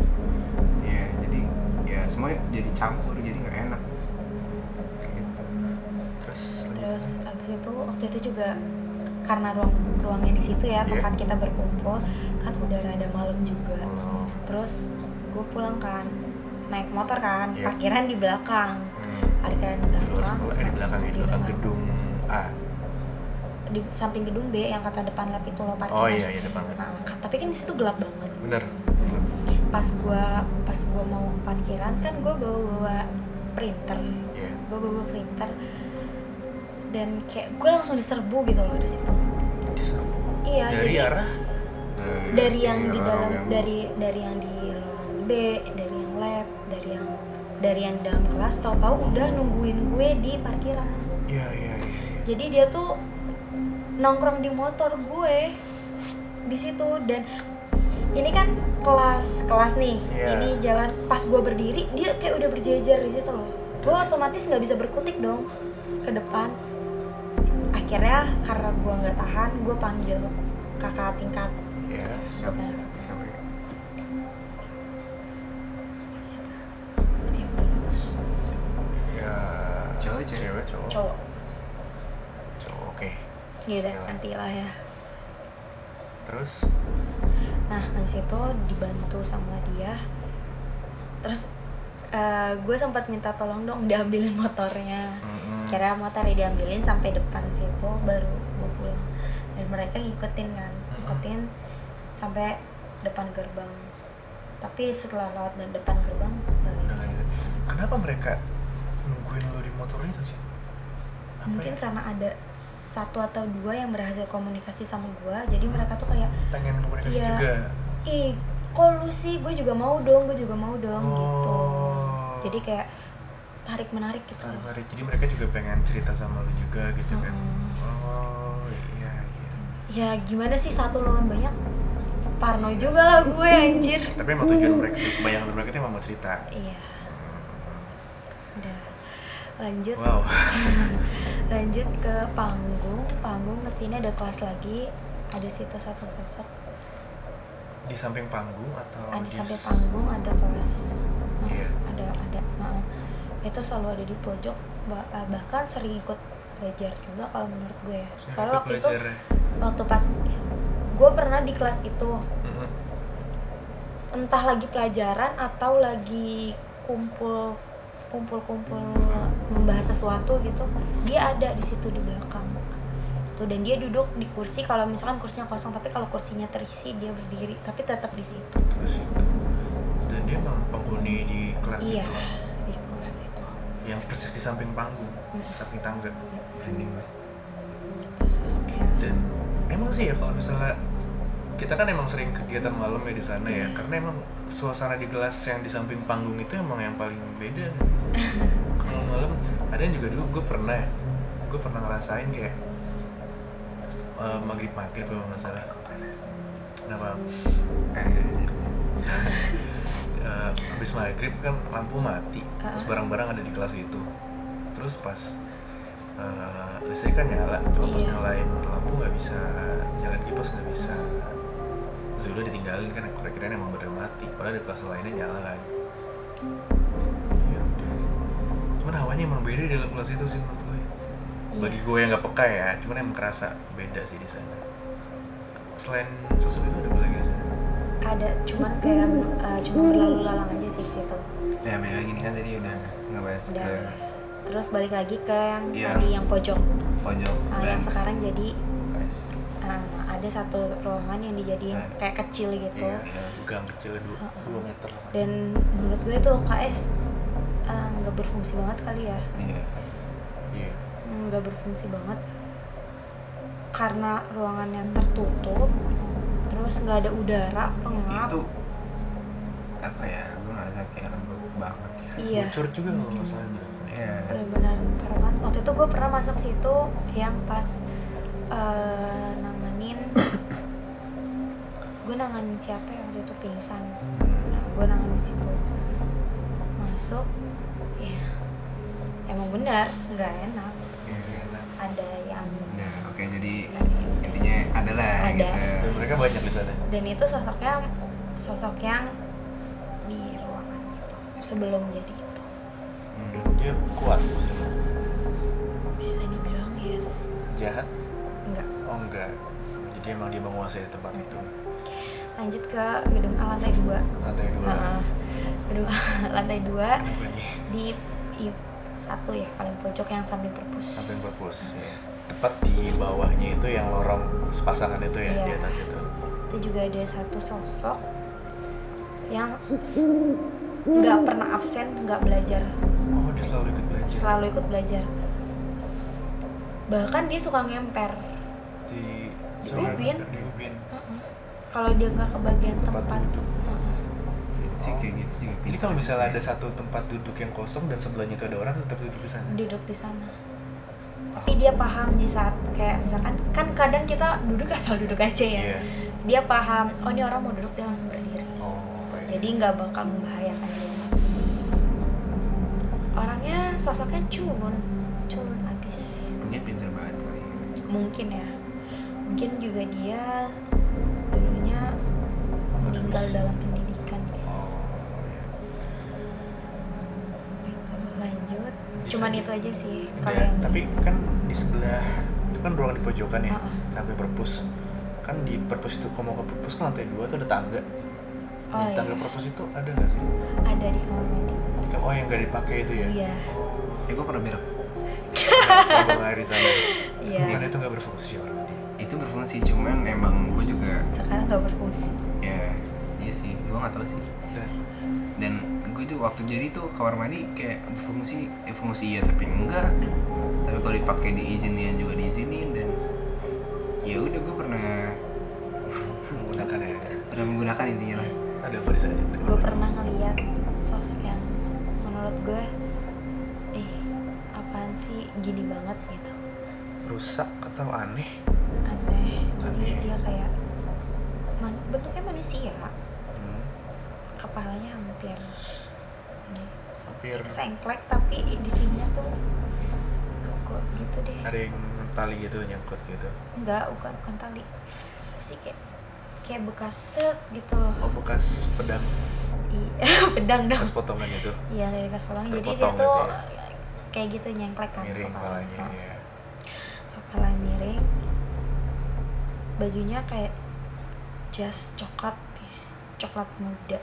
[SPEAKER 2] ya semua jadi campur, jadi nggak enak. Kayak gitu.
[SPEAKER 1] terus
[SPEAKER 3] abis itu waktu itu juga karena ruangnya di situ ya,
[SPEAKER 1] Iya.
[SPEAKER 3] tempat kita berkumpul kan udah rada malam juga.
[SPEAKER 1] oh,
[SPEAKER 3] Terus gue pulang kan naik motor kan,
[SPEAKER 1] Iya.
[SPEAKER 3] parkiran di belakang, parkiran di
[SPEAKER 1] di luar
[SPEAKER 3] belakang,
[SPEAKER 1] sekolah di belakang
[SPEAKER 3] di
[SPEAKER 1] belakang
[SPEAKER 3] belakang.
[SPEAKER 1] gedung A
[SPEAKER 3] di samping gedung B yang kata depan lab itu loh parkiran.
[SPEAKER 1] oh iya depan
[SPEAKER 3] Nah, tapi kan di situ gelap banget.
[SPEAKER 1] bener
[SPEAKER 3] Pas gua mau parkiran kan gue bawa printer,
[SPEAKER 1] Iya.
[SPEAKER 3] gue bawa printer dan kayak gue langsung diserbu gitu loh di situ.
[SPEAKER 1] Diserbu.
[SPEAKER 3] Iya,
[SPEAKER 1] dari
[SPEAKER 3] jadi
[SPEAKER 1] arah
[SPEAKER 3] dari yang di
[SPEAKER 2] lorong
[SPEAKER 3] dalam
[SPEAKER 2] yang-
[SPEAKER 3] dari yang di lorong B, dari yang lab, dari yang dalam kelas, tahu-tahu udah nungguin gue di parkiran.
[SPEAKER 1] iya
[SPEAKER 3] Jadi dia tuh nongkrong di motor gue di situ. Dan ini kan kelas nih,
[SPEAKER 1] Iya.
[SPEAKER 3] ini jalan pas gue berdiri dia kayak udah berjejer di situ loh. Gue otomatis nggak bisa berkutik dong ke depan. Akhirnya karena gue nggak tahan, gue panggil kakak tingkat.
[SPEAKER 1] iya
[SPEAKER 2] Siapa ya?
[SPEAKER 3] Ya udah,
[SPEAKER 1] ya
[SPEAKER 2] Cowok, cewek?
[SPEAKER 1] cewek cowok
[SPEAKER 3] cowok.
[SPEAKER 1] cowok oke
[SPEAKER 3] Ya udah,
[SPEAKER 1] Cewek.
[SPEAKER 3] nanti lah ya.
[SPEAKER 1] terus
[SPEAKER 3] Nah, habis itu dibantu sama dia. Terus gue sempat minta tolong dong diambilin motornya. Kira motornya diambilin sampai depan situ baru gue pulang. Dan mereka ngikutin kan, ngikutin sampai depan gerbang. Tapi setelah lewat depan gerbang,
[SPEAKER 1] udah nggak ada. Kenapa mereka nungguin lo di motor itu sih? Apa
[SPEAKER 3] mungkin
[SPEAKER 1] ya?
[SPEAKER 3] karena ada satu atau dua yang berhasil komunikasi sama gue, jadi mereka tuh kayak
[SPEAKER 1] pengen komunikasi
[SPEAKER 3] Iya.
[SPEAKER 1] juga.
[SPEAKER 3] ih kok lu sih, gue juga mau dong gitu. Jadi kayak tarik menarik gitu.
[SPEAKER 1] Tarik. Jadi mereka juga pengen cerita sama lo juga gitu kan. Oh iya.
[SPEAKER 3] Ya gimana sih, satu lawan banyak, parno juga lah gue anjir.
[SPEAKER 1] Tapi emang tujuan mereka, kebanyakan mereka tuh emang mau cerita.
[SPEAKER 3] Iya. Udah lanjut.
[SPEAKER 1] Wow.
[SPEAKER 3] Lanjut ke panggung kesini ada kelas lagi, ada situ satu sosok.
[SPEAKER 1] Di samping panggung atau
[SPEAKER 3] Di samping panggung ada kelas.
[SPEAKER 1] Iya.
[SPEAKER 3] Ada. Itu selalu ada di pojok, bahkan sering ikut belajar juga kalau menurut gue ya. Soalnya waktu itu waktu pas gue pernah di kelas itu, entah lagi pelajaran atau lagi kumpul membahas sesuatu gitu, dia ada di situ di belakang tuh. Dan dia duduk di kursi kalau misalkan kursinya kosong, tapi kalau kursinya terisi dia berdiri tapi tetap di situ.
[SPEAKER 1] Terus itu. Dan dia emang penghuni di kelas
[SPEAKER 3] Iya,
[SPEAKER 1] itu.
[SPEAKER 3] di kelas itu.
[SPEAKER 1] Yang persis di samping panggung, samping tangga.
[SPEAKER 2] Branding gue.
[SPEAKER 3] sosoknya.
[SPEAKER 1] Dan emang sih ya kalau misalnya kita kan emang sering kegiatan malam ya di sana ya, karena emang suasana di kelas yang di samping panggung itu emang yang paling beda. Kalau malam ada yang juga dulu gue pernah ngerasain kayak maghrib kalau nggak salah. Kenapa? Habis maghrib kan lampu mati, terus barang-barang ada di kelas itu. Terus pas listrik kan nyala, cuma pas nyalain lampu nggak bisa, nyalain kipas nggak bisa. Terus udah ditinggalin kan, kira-kira emang bener mati. Padahal di kelas lainnya nyala kan. Iya udah. Cuman hawanya emang beda di dalam kelas itu sih menurut gue. Bagi gue yang nggak peka ya, cuman emang kerasa beda sih di sana. Selain sosok itu ada apa lagi di sana?
[SPEAKER 3] Ada, cuman kayak cuma berlalu lalang aja sih di situ.
[SPEAKER 2] Ya balik lagi nih kan tadi udah ngebahas
[SPEAKER 3] Udah.
[SPEAKER 2] ke
[SPEAKER 3] Terus balik lagi ke yang
[SPEAKER 2] Iya.
[SPEAKER 3] tadi yang pojok.
[SPEAKER 2] pojok
[SPEAKER 3] Yang sekarang jadi
[SPEAKER 2] guys.
[SPEAKER 3] ada satu ruangan yang dijadiin kayak kecil gitu.
[SPEAKER 1] Iya, gang kecil 2 meter lah.
[SPEAKER 3] Dan menurut gue tuh KS nggak berfungsi banget kali ya.
[SPEAKER 2] Iya.
[SPEAKER 1] Iya.
[SPEAKER 3] Nggak berfungsi banget karena ruangannya tertutup, terus nggak ada udara, pengap.
[SPEAKER 2] Itu apa ya? Gue ngerasa kayak lembab banget.
[SPEAKER 3] Iya,
[SPEAKER 1] Bocor juga kalau nggak salah.
[SPEAKER 2] Iya.
[SPEAKER 3] benar-benar parah banget. Waktu itu gue pernah masuk situ yang pas gue nanganin siapa ya waktu itu pingsan. Nah, gue nanganin situ, masuk, ya emang benar nggak enak. Ada yang
[SPEAKER 2] Nah, oke, jadi intinya adalah
[SPEAKER 3] Ada.
[SPEAKER 2] gitu.
[SPEAKER 1] Dan mereka banyak di sana.
[SPEAKER 3] dan itu sosok yang di ruangan itu sebelum jadi itu
[SPEAKER 1] Dia kuat maksudnya.
[SPEAKER 3] bisa dibilang yes.
[SPEAKER 1] Jahat?
[SPEAKER 3] Enggak.
[SPEAKER 1] Oh enggak. Jadi emang dia menguasai tempat itu.
[SPEAKER 3] Lanjut ke gedung A lantai 2.
[SPEAKER 1] Lantai 2.
[SPEAKER 3] Gedung A lantai 2
[SPEAKER 1] Kenapa nih?
[SPEAKER 3] di satu ya paling pojok yang samping perpus.
[SPEAKER 1] Samping perpus ya. Tepat di bawahnya itu yang lorong sepasangan itu ya,
[SPEAKER 3] Iya.
[SPEAKER 1] di atas itu.
[SPEAKER 3] Itu juga ada satu sosok yang nggak pernah absen, nggak belajar,
[SPEAKER 1] Oh, dia selalu ikut belajar.
[SPEAKER 3] selalu ikut belajar. Bahkan dia suka ngemper.
[SPEAKER 1] Di
[SPEAKER 3] Ubin.
[SPEAKER 1] Di Ubin.
[SPEAKER 3] Kalau dia nggak kebagian
[SPEAKER 1] Tempat
[SPEAKER 3] tempat.
[SPEAKER 1] duduk.
[SPEAKER 2] Sih kayak gitu juga.
[SPEAKER 1] Jadi kalau misalnya ada satu tempat duduk yang kosong dan sebelahnya itu ada orang, tetap duduk di sana.
[SPEAKER 3] Duduk di sana. Tapi dia paham di saat kayak misalkan kan kadang kita duduk asal duduk aja ya.
[SPEAKER 1] Iya.
[SPEAKER 3] Dia paham, oh ini orang mau duduk, dia langsung berdiri.
[SPEAKER 1] Oh, baik.
[SPEAKER 3] Jadi nggak bakal membahayakan dia. Orangnya sosoknya culun abis.
[SPEAKER 2] Dia pintar banget kali.
[SPEAKER 3] Mungkin ya. Mungkin juga dia dulunya meninggal dalam pendidikan.
[SPEAKER 1] Oh, iya.
[SPEAKER 3] Itu lanjut. Cuman itu aja sih
[SPEAKER 1] Udah,
[SPEAKER 3] kalau yang
[SPEAKER 1] tapi kan di sebelah itu kan ruangan di pojokan ya, sampai perpus. Kan di perpus itu kalau mau ke perpus kan lantai 2 tuh ada tangga.
[SPEAKER 3] Oh,
[SPEAKER 1] Di tangga
[SPEAKER 3] iya.
[SPEAKER 1] perpus itu ada nggak sih?
[SPEAKER 3] ada di kamar mandi.
[SPEAKER 1] Oh, yang nggak dipakai itu ya?
[SPEAKER 3] Iya.
[SPEAKER 2] Gue pernah berak.
[SPEAKER 1] Buang air di sana.
[SPEAKER 3] Iya.
[SPEAKER 1] Karena itu nggak berfungsi orang.
[SPEAKER 2] Itu berfungsi, cuman emang gue juga
[SPEAKER 3] Sekarang nggak berfungsi.
[SPEAKER 2] ya iya sih, gue nggak tahu sih. Dan gue tuh waktu jadi tuh kamar mandi kayak fungsi iya tapi enggak. Tapi kalau dipakai diizinin juga diizinin, dan ya udah gue pernah
[SPEAKER 1] Menggunakan ya.
[SPEAKER 2] menggunakan intinya lah.
[SPEAKER 1] Ada apa di sana?
[SPEAKER 3] Gue pernah ngeliat sosok yang menurut gue apaan sih gini banget gitu,
[SPEAKER 1] Rusak atau aneh?
[SPEAKER 3] aneh. Jadi
[SPEAKER 1] Aneh.
[SPEAKER 3] dia kayak bentuknya manusia,
[SPEAKER 1] Hmm.
[SPEAKER 3] kepalanya hampir
[SPEAKER 1] Hampir
[SPEAKER 3] sengklek, tapi di sininya tuh kok gitu deh.
[SPEAKER 1] ada yang tali gitu nyangkut gitu.
[SPEAKER 3] Enggak, bukan tali sih, kayak bekas set gitu loh.
[SPEAKER 1] Oh, bekas pedang,
[SPEAKER 3] Pedang dong.
[SPEAKER 1] bekas potongan itu.
[SPEAKER 3] Iya, kayak bekas pedang. Jadi dia
[SPEAKER 1] Terpotong
[SPEAKER 3] tuh
[SPEAKER 1] gitu
[SPEAKER 3] kayak gitu nyengklek kan
[SPEAKER 1] Miring
[SPEAKER 3] kepalanya.
[SPEAKER 1] kepalanya ya.
[SPEAKER 3] Kepala miring, bajunya kayak jas coklat muda.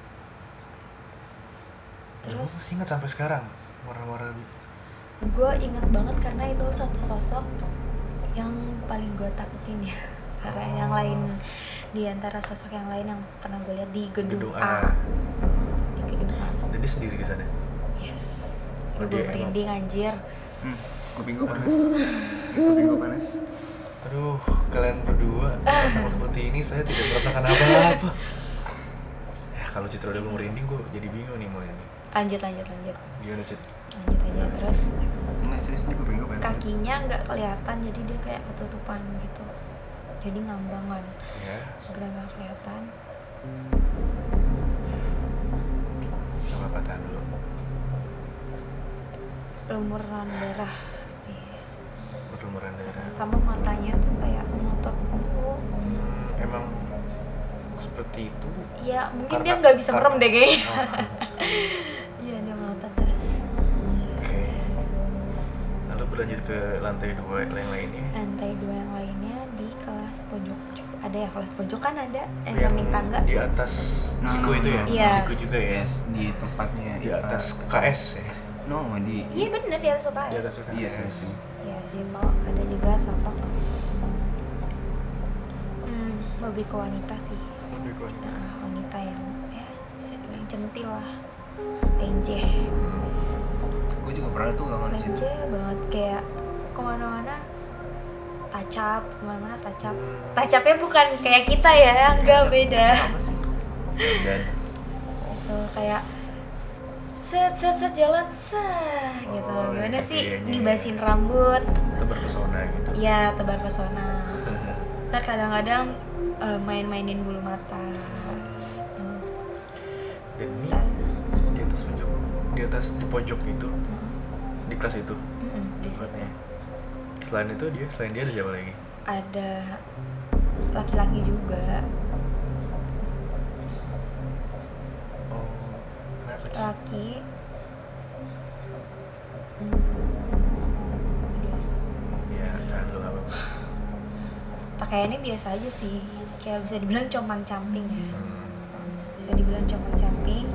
[SPEAKER 1] Terus
[SPEAKER 3] Terus
[SPEAKER 1] masih ingat sampai sekarang warna-warna.
[SPEAKER 3] gue ingat banget karena itu satu sosok yang paling gue takutin ya. Karena yang lain, di antara sosok yang lain yang pernah gue lihat di gedung A. Di gedung A.
[SPEAKER 1] Dan dia sendiri di sana.
[SPEAKER 3] Yes.
[SPEAKER 1] Oh,
[SPEAKER 3] Gue
[SPEAKER 1] dia
[SPEAKER 3] merinding anjir.
[SPEAKER 2] Kuping gue panas. Kuping gue panas.
[SPEAKER 1] Aduh, kalian berdua sama seperti ini saya tidak merasakan apa-apa. Ya, kalau Citra udah mau merinding, gue jadi bingung nih mau ini.
[SPEAKER 3] Lanjut.
[SPEAKER 1] Gimana Cit?
[SPEAKER 3] Lanjut aja. Terus
[SPEAKER 2] Enggak serius nih kuping gue panas.
[SPEAKER 3] kakinya nggak kelihatan, jadi dia kayak ketutupan gitu. Jadi ngambang kan,
[SPEAKER 1] Ya,
[SPEAKER 3] udah nggak kelihatan.
[SPEAKER 1] gak apa-apa, tahan dulu.
[SPEAKER 3] Lumuran darah sih,
[SPEAKER 1] Berlumuran darah.
[SPEAKER 3] sama matanya tuh kayak melotot mulu.
[SPEAKER 1] Emang seperti itu?
[SPEAKER 3] Ya mungkin
[SPEAKER 1] Karena-
[SPEAKER 3] dia nggak bisa merem
[SPEAKER 1] karena-
[SPEAKER 3] deh kayaknya.
[SPEAKER 1] Oh,
[SPEAKER 3] Iya, dia melotot terus.
[SPEAKER 1] oke. Lalu berlanjut ke lantai 2 yang lainnya.
[SPEAKER 3] Lantai 2 yang lainnya di kelas pojok juga. Ada ya kelas pojok kan ada yang
[SPEAKER 1] Yang
[SPEAKER 3] samping tangga.
[SPEAKER 1] di atas siku itu ya?
[SPEAKER 3] Iya.
[SPEAKER 1] Siku juga ya?
[SPEAKER 2] Yes, di tempatnya
[SPEAKER 1] Di atas KS ya?
[SPEAKER 2] No, di
[SPEAKER 3] Iya bener di atas UKS.
[SPEAKER 1] Di atas UKS.
[SPEAKER 2] Iya, situ.
[SPEAKER 3] Ya situ ada juga sosok lebih ke wanita sih.
[SPEAKER 1] Lebih ke wanita.
[SPEAKER 3] Nah, wanita yang ya bisa dibilang centil lah, lenjeh
[SPEAKER 2] Gue juga pernah tuh gak ngeliat situ.
[SPEAKER 3] banget, kayak kemana-mana tacap, kemana-mana tacap. Tacapnya bukan kayak kita ya, enggak beda.
[SPEAKER 2] Apa sih?
[SPEAKER 1] Dan
[SPEAKER 3] Itu kayak set jalan gitu.
[SPEAKER 1] Oh,
[SPEAKER 3] Gimana
[SPEAKER 1] iya,
[SPEAKER 3] sih
[SPEAKER 1] kayaknya.
[SPEAKER 3] ngibasin rambut?
[SPEAKER 1] tebar pesona gitu.
[SPEAKER 3] Iya, tebar pesona. Ntar kadang-kadang main-mainin bulu mata.
[SPEAKER 1] Dan ini di atas pojok, di pojok itu, di kelas itu
[SPEAKER 3] Di situ.
[SPEAKER 1] tempatnya. Selain dia ada siapa lagi?
[SPEAKER 3] Ada laki-laki juga,
[SPEAKER 1] Oh, kenapa Ci?
[SPEAKER 3] laki.
[SPEAKER 1] Ya, tahan dulu, gak apa-apa.
[SPEAKER 3] Pakaiannya biasa aja sih, kayak bisa dibilang compang-camping ya.
[SPEAKER 1] Hmm.
[SPEAKER 3] Bisa dibilang compang-camping.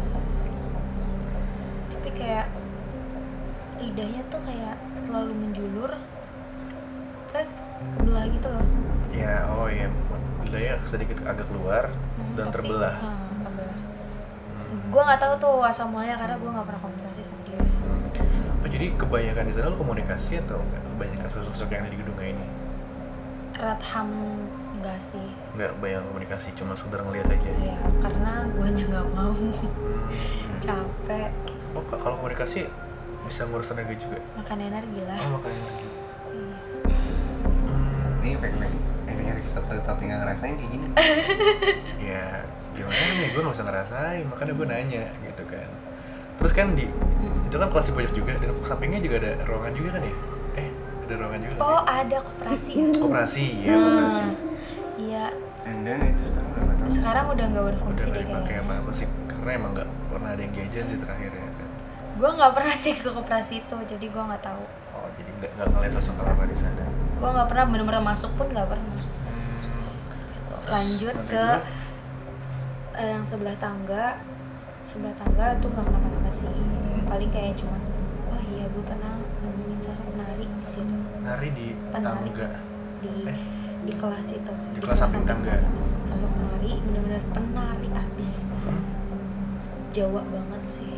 [SPEAKER 3] Tapi kayak lidahnya tuh kayak terlalu menjulur, kayak kebelah gitu loh.
[SPEAKER 1] Ya, oh iya, lidahnya sedikit agak keluar dan
[SPEAKER 3] Tapi-
[SPEAKER 1] terbelah.
[SPEAKER 3] Terbelah.
[SPEAKER 1] Hmm.
[SPEAKER 3] Gue nggak tahu tuh asal mulanya karena gue nggak pernah komunikasi sama dia.
[SPEAKER 1] Oh, jadi kebanyakan di sana lu komunikasi atau enggak? Kebanyakan sosok-sosok yang ada di gedung ini?
[SPEAKER 3] Ratham enggak sih.
[SPEAKER 1] Enggak banyak komunikasi, cuma sekedar ngeliat aja.
[SPEAKER 3] Iya, karena gue nggak mau.
[SPEAKER 1] Hmm.
[SPEAKER 3] Capek,
[SPEAKER 1] Oh, kalau komunikasi bisa ngurus tenaga juga?
[SPEAKER 3] makan energi lah.
[SPEAKER 1] Oh, makanya lagi.
[SPEAKER 3] Iya.
[SPEAKER 2] Ini pengen satu nggak ngerasain kayak gini.
[SPEAKER 1] Ya, gimana nih, gue gak bisa ngerasain, makanya gue nanya gitu kan. Terus kan itu kan kelas di pojok juga, dan sampingnya juga ada ruangan juga kan ya? Ada ruangan juga
[SPEAKER 3] Oh,
[SPEAKER 1] nggak
[SPEAKER 3] ada koperasi ya?
[SPEAKER 1] sih? Koperasi, ya
[SPEAKER 3] Nah,
[SPEAKER 1] koperasi.
[SPEAKER 3] Iya,
[SPEAKER 2] And then itu sekarang udah nggak tahu.
[SPEAKER 3] sekarang udah nggak
[SPEAKER 1] Udah
[SPEAKER 3] berfungsi
[SPEAKER 1] gak
[SPEAKER 3] deh
[SPEAKER 1] dipakai
[SPEAKER 3] kayaknya.
[SPEAKER 1] apa-apa sih, karena emang gak pernah ada yang jajan sih terakhir ya kan.
[SPEAKER 3] Gue nggak pernah sih ke koperasi itu, jadi gue nggak tahu.
[SPEAKER 1] Oh, jadi gak ngeliat sosok apa di sana.
[SPEAKER 3] Gue nggak pernah bener-bener masuk pun nggak pernah. Lanjut
[SPEAKER 1] Lantai
[SPEAKER 3] ke
[SPEAKER 1] dua.
[SPEAKER 3] yang sebelah tangga tuh nggak kenapa-napa sih. Paling kayak cuman, oh iya gue pernah nemuin sosok penari di situ.
[SPEAKER 1] Nari di
[SPEAKER 3] Penari
[SPEAKER 1] tangga.
[SPEAKER 3] di kelas itu.
[SPEAKER 1] Di kelas samping tangga.
[SPEAKER 3] Sosok penari, bener-bener penari abis.
[SPEAKER 1] Hmm?
[SPEAKER 3] Jawa banget sih.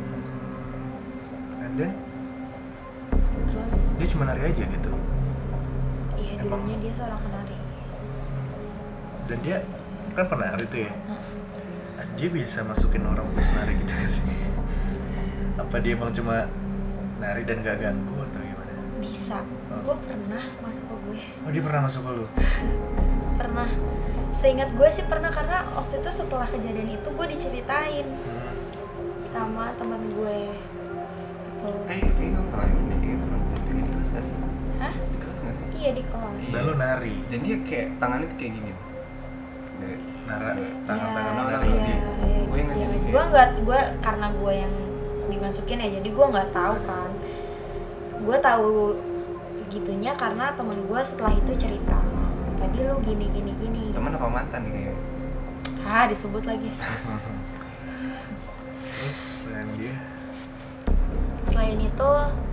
[SPEAKER 1] And then
[SPEAKER 3] Terus
[SPEAKER 1] dia cuma nari aja gitu.
[SPEAKER 3] iya
[SPEAKER 1] Emang?
[SPEAKER 3] dulunya dia seorang penari.
[SPEAKER 1] Dan dia kan penari tuh ya.
[SPEAKER 3] Nah,
[SPEAKER 1] Nah, dia bisa masukin orang untuk nari gitu gak sih? Apa dia emang cuma nari dan gak ganggu atau gimana?
[SPEAKER 3] bisa.
[SPEAKER 1] Oh.
[SPEAKER 3] Gue pernah masuk ke gue.
[SPEAKER 1] Oh, dia pernah masuk ke lu?
[SPEAKER 3] Pernah. Seingat gue sih pernah, karena waktu itu setelah kejadian itu gue diceritain sama teman gue. Gitu.
[SPEAKER 2] Kayaknya gue pernah ini kayaknya pernah jadi di kelas nggak sih?
[SPEAKER 3] Hah?
[SPEAKER 2] Di kelas nggak sih?
[SPEAKER 3] Iya di kelas.
[SPEAKER 1] Dan lu nari?
[SPEAKER 2] Dan dia kayak tangannya tuh kayak gini.
[SPEAKER 1] Nara,
[SPEAKER 2] Iya.
[SPEAKER 1] tangan-tangan
[SPEAKER 2] Iya,
[SPEAKER 1] nari
[SPEAKER 2] iya.
[SPEAKER 1] dia.
[SPEAKER 2] Gue ingat ini kayak-
[SPEAKER 3] Gue karena gue yang dimasukin ya, jadi gue nggak tahu kan. Gue tahu gitunya karena temen gue setelah itu cerita, tadi lu gini.
[SPEAKER 2] Teman apa mantan nih kayaknya?
[SPEAKER 3] Disebut lagi.
[SPEAKER 1] Terus selain dia?
[SPEAKER 3] Selain itu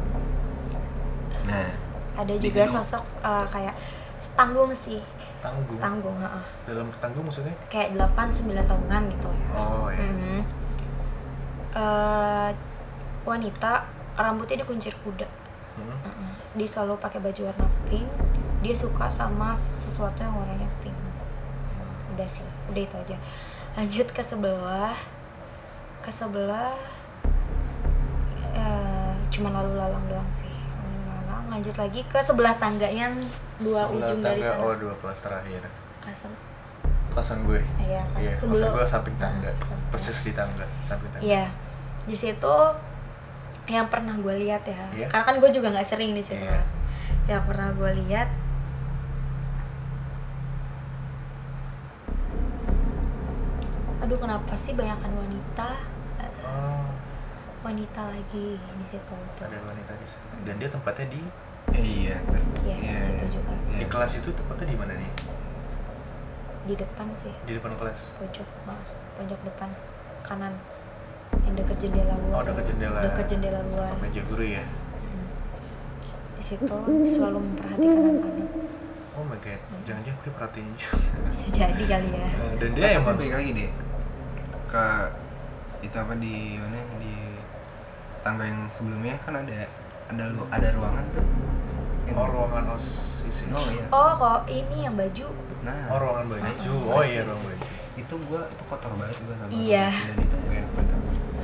[SPEAKER 2] Nah,
[SPEAKER 3] ada
[SPEAKER 2] Di
[SPEAKER 3] juga
[SPEAKER 2] gedung.
[SPEAKER 3] sosok kayak tanggung sih.
[SPEAKER 1] Tanggung?
[SPEAKER 3] Tanggung,
[SPEAKER 1] Dalam tanggung maksudnya?
[SPEAKER 3] kayak 8-9 tahunan gitu ya.
[SPEAKER 1] Oh ya.
[SPEAKER 3] Wanita, rambutnya dikuncir kuda. Dia selalu pakai baju warna pink. Dia suka sama sesuatu yang warnanya pink. Udah sih, udah itu aja. Lanjut ke sebelah cuma lalu lalang doang sih. Lanjut lagi ke sebelah tangga yang dua ujung dari sana.
[SPEAKER 1] Oh, 2 kelas terakhir.
[SPEAKER 3] Kelasan
[SPEAKER 1] gue.
[SPEAKER 3] Iya,
[SPEAKER 1] kelas gue samping tangga. Persis di tangga, samping tangga.
[SPEAKER 3] Iya. Di situ yang pernah gue lihat ya.
[SPEAKER 1] Iya.
[SPEAKER 3] Karena kan gue juga nggak sering di situ
[SPEAKER 1] Iya.
[SPEAKER 3] kan. Yang pernah gue lihat aduh, kenapa sih banyakan wanita?
[SPEAKER 1] Oh,
[SPEAKER 3] Wanita lagi di situ tuh.
[SPEAKER 1] ada wanita di sana. Dan dia tempatnya di
[SPEAKER 2] Iya,
[SPEAKER 3] Iya, di situ juga.
[SPEAKER 1] di kelas itu tempatnya di mana nih?
[SPEAKER 3] Di depan sih,
[SPEAKER 1] Di depan kelas.
[SPEAKER 3] pojok depan kanan. Yang deket jendela luar.
[SPEAKER 1] Oh, dekat jendela.
[SPEAKER 3] Dekat jendela luar.
[SPEAKER 1] Meja guru ya.
[SPEAKER 3] Di situ selalu memperhatikan anak-anak.
[SPEAKER 1] Oh my god, jangan-jangan gue perhatiin juga.
[SPEAKER 3] Bisa jadi kali ya.
[SPEAKER 1] Dan dia emang
[SPEAKER 2] balik lagi deh ke itu apa di mana, di tangga yang sebelumnya kan ada ruangan tuh.
[SPEAKER 1] ruangan OSIS.
[SPEAKER 2] Oh iya.
[SPEAKER 3] Oh, kok ini yang baju?
[SPEAKER 2] Nah,
[SPEAKER 1] Ruangan baju. Oh iya, ruang baju.
[SPEAKER 2] itu kotor banget juga sama.
[SPEAKER 3] Iya.
[SPEAKER 2] Dan itu gak enak banget.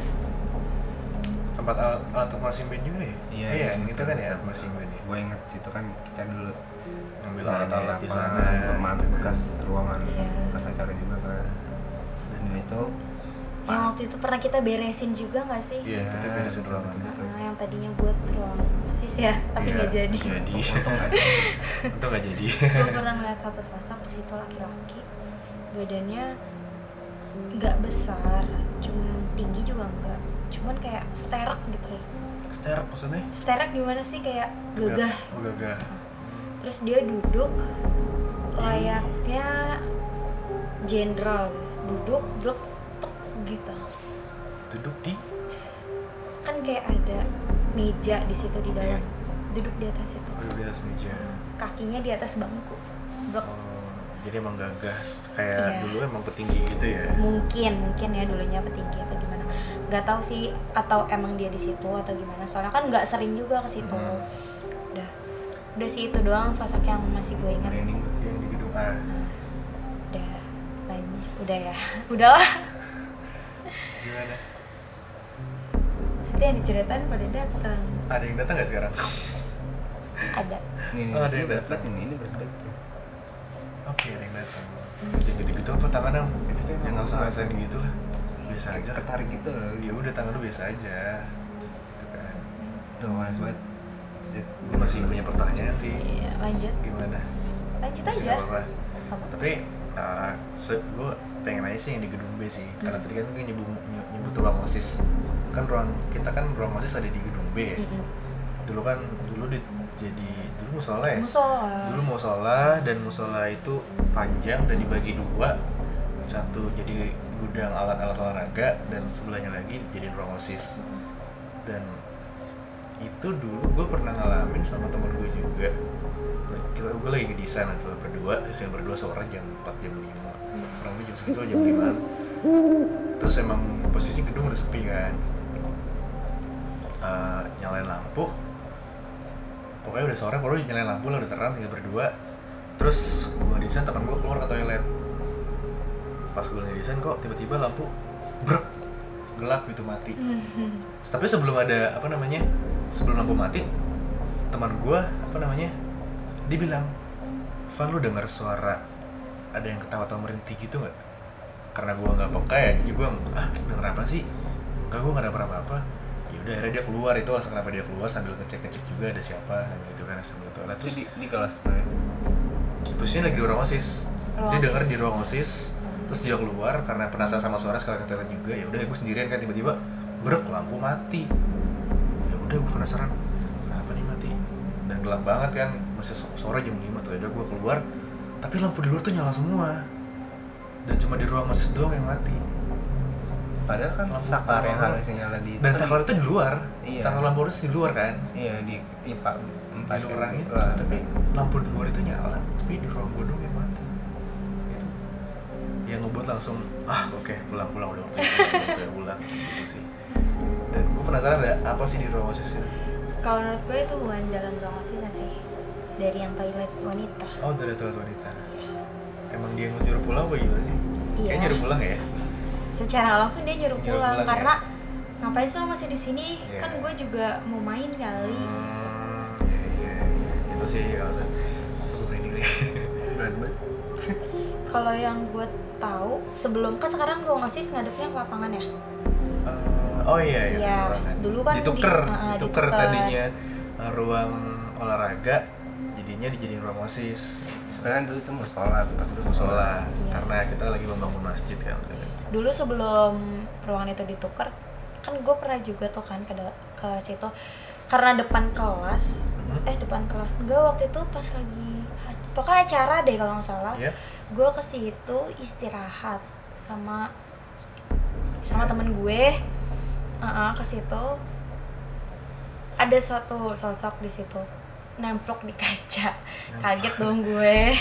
[SPEAKER 1] Tempat alat marching band juga ya?
[SPEAKER 2] Iya,
[SPEAKER 1] yang itu kan ya,
[SPEAKER 2] betul.
[SPEAKER 1] marching band ya.
[SPEAKER 2] Gue inget situ kan kita dulu
[SPEAKER 1] Ngambil
[SPEAKER 2] nggak ada
[SPEAKER 1] alat-alat di sana.
[SPEAKER 2] format bekas ruangan,
[SPEAKER 3] Iya.
[SPEAKER 2] bekas acara juga kan. Dan itu
[SPEAKER 3] Yang waktu itu pernah kita beresin juga nggak sih?
[SPEAKER 1] Iya, kita beresin
[SPEAKER 2] betul,
[SPEAKER 1] ruangan.
[SPEAKER 2] betul.
[SPEAKER 3] Yang tadinya buat ruang OSIS ya, tapi
[SPEAKER 1] Iya,
[SPEAKER 3] nggak jadi.
[SPEAKER 1] Jadi.
[SPEAKER 2] untung nggak ada.
[SPEAKER 1] Untung nggak jadi.
[SPEAKER 3] Gue pernah ngeliat satu sosok di situ, laki-laki, badannya nggak besar, cuma tinggi juga enggak, cuman kayak sterak gitu loh.
[SPEAKER 1] Sterak maksudnya?
[SPEAKER 3] Sterak gimana sih, kayak gagah.
[SPEAKER 1] Oh, gagah.
[SPEAKER 3] Terus dia duduk layaknya jenderal, duduk blok gitu.
[SPEAKER 1] Duduk di
[SPEAKER 3] Kan kayak ada meja di situ di dalam,
[SPEAKER 1] Iya.
[SPEAKER 3] duduk di atas itu,
[SPEAKER 1] duduk di atas meja.
[SPEAKER 3] kakinya di atas bangku blok.
[SPEAKER 1] Oh, jadi emang gagah kayak
[SPEAKER 3] Iya.
[SPEAKER 1] dulu emang petinggi gitu ya.
[SPEAKER 3] Mungkin ya dulunya petinggi atau gimana, nggak tahu sih, atau emang dia di situ atau gimana, soalnya kan nggak sering juga ke situ. Udah sih, itu doang sosok yang masih gue ingat.
[SPEAKER 1] Yang di gedung A.
[SPEAKER 3] Udah ya udahlah.
[SPEAKER 1] Gimana?
[SPEAKER 3] Nanti yang diceritain pada datang.
[SPEAKER 1] Ada yang datang nggak sekarang?
[SPEAKER 3] Ada.
[SPEAKER 2] Ini
[SPEAKER 1] Oh, ada yang
[SPEAKER 2] berat
[SPEAKER 1] datang.
[SPEAKER 2] ini berat.
[SPEAKER 1] Oke, ada yang datang. Jangan gitu-gitu apa tangannya?
[SPEAKER 2] Itu kan
[SPEAKER 1] yang nggak usah ngerasain gitu lah. Biasa aja.
[SPEAKER 2] Ketarik gitu loh.
[SPEAKER 1] Ya udah, tangan lu biasa aja. Gitu kan.
[SPEAKER 2] Tuh panas banget.
[SPEAKER 1] Gue masih punya pertanyaan sih.
[SPEAKER 3] Iya, lanjut
[SPEAKER 1] Masih
[SPEAKER 3] aja.
[SPEAKER 1] nggak apa-apa.
[SPEAKER 3] Apa?
[SPEAKER 1] Tapi gue pengen aja sih yang di gedung B sih. Karena tadi kan gue nyebut ruang OSIS. Kan ruang OSIS ada di gedung B ya. Dulu musola ya. Dulu musola, dan musola itu panjang dan dibagi dua. Satu jadi gudang alat-alat olahraga, dan sebelahnya lagi jadi ruang OSIS. Dan itu dulu gue pernah ngalamin sama temen gue juga. Gue lagi ngedesain atau berdua sore jam 4 jam 5. Kurang lebih jam segitu jam 5. Terus emang posisi gedung udah sepi kan. Nyalain lampu. Pokoknya udah sore, baru nyalain lampu lah, udah terang, tinggal berdua. Terus gue ngedesain, temen gue keluar ke toilet. Pas gue ngedesain kok tiba-tiba lampu brek, gelap gitu, mati. Tapi sebelum lampu mati, teman gue dia bilang, "Van, lu denger suara ada yang ketawa atau merintih gitu nggak?" Karena gue nggak peka ya, jadi gue denger apa sih? Enggak, gue nggak ada apa-apa. Ya udah, akhirnya dia keluar. Itu alasan kenapa dia keluar, sambil ngecek juga ada siapa gitu kan, sambil ke toilet. Terus
[SPEAKER 2] di kelas
[SPEAKER 1] posisinya lagi di ruang OSIS.
[SPEAKER 3] Ruang
[SPEAKER 1] Dia
[SPEAKER 3] OSIS.
[SPEAKER 1] denger di ruang OSIS, terus dia keluar karena penasaran sama suara, sekali ke toilet juga. Ya udah, gue sendirian kan, tiba-tiba brek, lampu mati. Ya udah, gue penasaran kenapa nih mati, dan gelap banget kan, masih sore jam 5 tuh. Ya udah, gue keluar, tapi lampu di luar tuh nyala semua, dan cuma di ruang OSIS doang yang mati.
[SPEAKER 2] padahal kan
[SPEAKER 1] Lampu
[SPEAKER 2] saklar yang
[SPEAKER 1] keluar.
[SPEAKER 2] harusnya nyala di
[SPEAKER 1] Dan saklar itu di luar.
[SPEAKER 2] Iya.
[SPEAKER 1] Saklar lampu OSIS di luar kan,
[SPEAKER 2] iya di IPA 4
[SPEAKER 1] di luar itu.
[SPEAKER 2] Wah,
[SPEAKER 1] Tapi lampu di luar itu nyala, tapi di ruang gue doang yang mati. Itu yang ngebuat langsung oke, pulang udah waktu itu pulang gitu sih. Dan gue penasaran ada apa sih di ruang OSIS itu.
[SPEAKER 3] Kalau menurut gue itu bukan dalam ruang OSIS sih, dari yang toilet wanita.
[SPEAKER 1] Oh, dari toilet wanita. Emang dia nyuruh pulang apa gimana sih?
[SPEAKER 3] Iya.
[SPEAKER 1] Kayaknya nyuruh pulang ya.
[SPEAKER 3] Secara langsung dia nyuruh pulang
[SPEAKER 1] pulang
[SPEAKER 3] karena
[SPEAKER 1] ya?
[SPEAKER 3] ngapain sih lo masih di sini?
[SPEAKER 1] Iya.
[SPEAKER 3] Kan gue juga mau main kali.
[SPEAKER 1] Iya. Itu sih alasan. Aku merinding nih. Berat banget.
[SPEAKER 3] Kalau yang gue tahu sebelum kan sekarang ruang OSIS ngadepnya ke lapangan ya.
[SPEAKER 1] Oh iya.
[SPEAKER 3] Iya, dulu kan
[SPEAKER 1] ditukar
[SPEAKER 3] ditukar.
[SPEAKER 1] tadinya ruang olahraga jadinya dijadiin ruang OSIS.
[SPEAKER 2] Sebenarnya dulu itu musola, tempat dulu
[SPEAKER 1] Musola.
[SPEAKER 3] Iya.
[SPEAKER 1] Karena kita lagi membangun masjid kan.
[SPEAKER 3] Dulu sebelum ruangan itu ditukar, kan gue pernah juga tuh kan ke situ karena depan kelas. Depan kelas gue waktu itu pas lagi pokoknya acara deh kalau nggak salah.
[SPEAKER 1] Iya.
[SPEAKER 3] Gue ke situ istirahat sama temen gue. Ke situ ada satu sosok di situ nemplok di kaca. Kaget dong gue.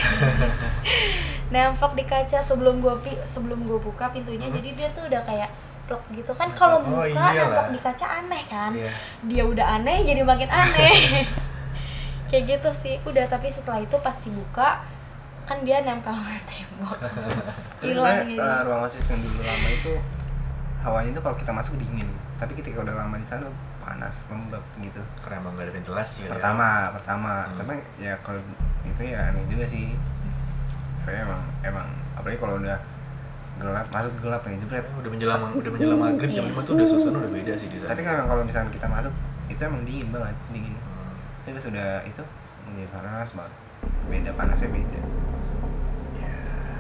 [SPEAKER 3] Nemplok di kaca sebelum gue buka pintunya. Jadi dia tuh udah kayak plok gitu kan, kalau buka nemplok di kaca aneh kan.
[SPEAKER 1] Iya.
[SPEAKER 3] Dia udah aneh jadi makin aneh. Kayak gitu sih. Udah, tapi setelah itu pas dibuka kan dia nempel sama tembok. Hilang gitu.
[SPEAKER 2] Ruang OSIS yang dulu lama itu hawanya itu kalau kita masuk dingin, tapi ketika udah lama di sana panas, lembab gitu.
[SPEAKER 1] Karena emang gak ada ventilasi kali
[SPEAKER 2] Pertama. Tapi ya kalau itu ya aneh juga sih. Kayak emang apalagi kalau udah gelap, masuk gelap nih jebret.
[SPEAKER 1] Udah menjelang maghrib jam 5 tuh udah suasana udah beda sih di sana.
[SPEAKER 2] Tapi kan kalau misalnya kita masuk itu emang dingin banget, dingin. Tapi pas udah itu menjadi panas banget. Beda, panasnya beda.
[SPEAKER 1] Ya,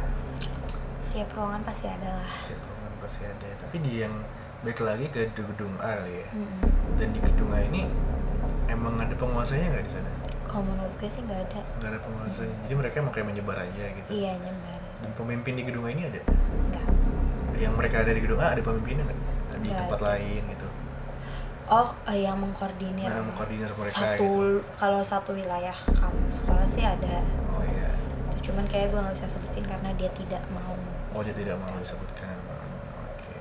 [SPEAKER 3] Tiap ruangan pasti ada lah.
[SPEAKER 1] tiap ruangan pasti ada. Tapi di yang balik lagi ke gedung A kali ya. Dan di gedung A ini emang ada penguasanya nggak di sana?
[SPEAKER 3] Kalau menurut gue sih nggak ada.
[SPEAKER 1] Nggak ada penguasanya. Jadi mereka emang kayak menyebar aja gitu.
[SPEAKER 3] Iya, nyebar.
[SPEAKER 1] Dan pemimpin di gedung A ini ada?
[SPEAKER 3] Enggak.
[SPEAKER 1] Yang mereka ada di gedung A ada pemimpinnya nggak? Di
[SPEAKER 3] Nggak
[SPEAKER 1] tempat
[SPEAKER 3] ada.
[SPEAKER 1] lain gitu.
[SPEAKER 3] Yang mengkoordinir.
[SPEAKER 1] Nah, mengkoordinir mereka
[SPEAKER 3] satu
[SPEAKER 1] gitu.
[SPEAKER 3] Kalau satu wilayah sekolah sih ada.
[SPEAKER 1] Oh iya.
[SPEAKER 3] Cuman kayak gue nggak bisa sebutin karena dia tidak mau.
[SPEAKER 1] Oh, dia tidak mau disebutkan. Oke.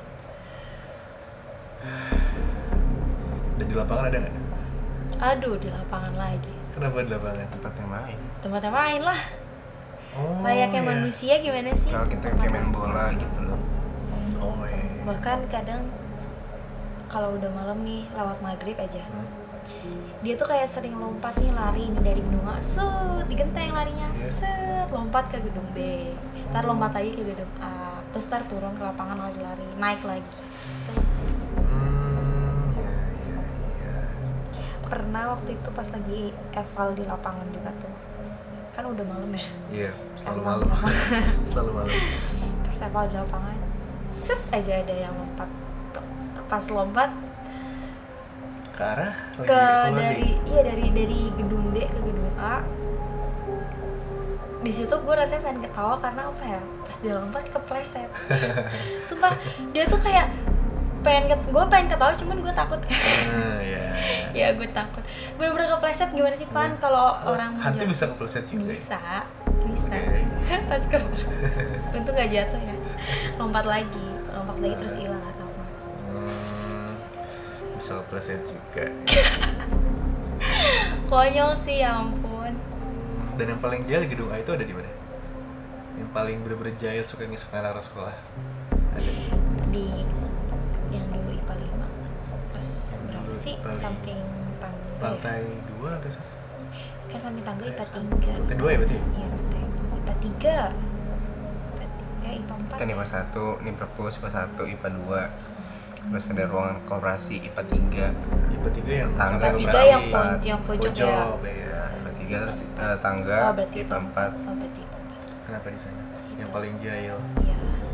[SPEAKER 1] Dan di lapangan ada nggak?
[SPEAKER 3] Aduh, di lapangan lagi.
[SPEAKER 1] Kenapa di lapangan?
[SPEAKER 2] Tempatnya main.
[SPEAKER 3] Tempatnya main lah.
[SPEAKER 1] Oh,
[SPEAKER 3] Layaknya
[SPEAKER 1] iya.
[SPEAKER 3] manusia gimana sih?
[SPEAKER 2] Kalau kita kayak main bola gitu loh.
[SPEAKER 1] Oh iya.
[SPEAKER 3] Bahkan kadang kalau udah malam nih lewat maghrib aja, dia tuh kayak sering lompat nih, lari nih dari gedung A, set digenteng larinya, set lompat ke gedung B, ntar lompat lagi ke gedung A, terus ntar turun ke lapangan lari-lari, naik lagi gitu.
[SPEAKER 1] Iya.
[SPEAKER 3] Pernah waktu itu pas lagi eval di lapangan juga tuh, kan udah malam ya.
[SPEAKER 1] Iya, selalu
[SPEAKER 3] Eval
[SPEAKER 1] malam.
[SPEAKER 3] di lapangan.
[SPEAKER 1] Selalu malam.
[SPEAKER 3] Pas eval di lapangan, set aja ada yang lompat. Pas lompat
[SPEAKER 1] Ke arah lagi
[SPEAKER 3] ke
[SPEAKER 1] evaluasi.
[SPEAKER 3] dari gedung B ke gedung A. Di situ gue rasanya pengen ketawa karena apa ya, pas dia lompat kepleset. Sumpah dia tuh kayak gue pengen ketawa cuman gue takut.
[SPEAKER 1] Iya.
[SPEAKER 3] Ya gue takut bener-bener kepleset. Gimana sih Pan kalau orang
[SPEAKER 1] hantu
[SPEAKER 3] jatuh?
[SPEAKER 1] bisa kepleset juga.
[SPEAKER 3] bisa
[SPEAKER 1] Oke.
[SPEAKER 3] Pas untung gak jatuh ya, lompat lagi terus hilang atau apa.
[SPEAKER 1] Bisa kepleset juga.
[SPEAKER 3] Konyol sih, ya ampun.
[SPEAKER 1] Dan yang paling jahil gedung A itu ada di mana? Yang paling bener-bener jahil suka ngisep anak sekolah. Ada.
[SPEAKER 3] Di yang dulu IPA 5 pas berapa sih,
[SPEAKER 1] IPA 5.
[SPEAKER 3] samping tangga ya?
[SPEAKER 1] Lantai 2, lantai 1.
[SPEAKER 3] Kan samping tangga IPA 3.
[SPEAKER 1] Lantai 2 ya berarti?
[SPEAKER 3] Iya, lantai IPA 3. IPA 4.
[SPEAKER 2] Kan IPA 1, ini perpus IPA 1, IPA 2. Terus ada ruangan koperasi IPA 3.
[SPEAKER 1] IPA 3 yang
[SPEAKER 2] Tangga
[SPEAKER 1] sampai
[SPEAKER 3] IPA 3
[SPEAKER 1] koperasi.
[SPEAKER 3] yang pojok ya.
[SPEAKER 1] Ya.
[SPEAKER 2] IPA 3 terus tangga
[SPEAKER 3] Oh, berarti
[SPEAKER 2] IPA 4.
[SPEAKER 3] Oh, berarti IPA 4.
[SPEAKER 1] Kenapa di sana? Yang paling jahil.
[SPEAKER 3] Iya.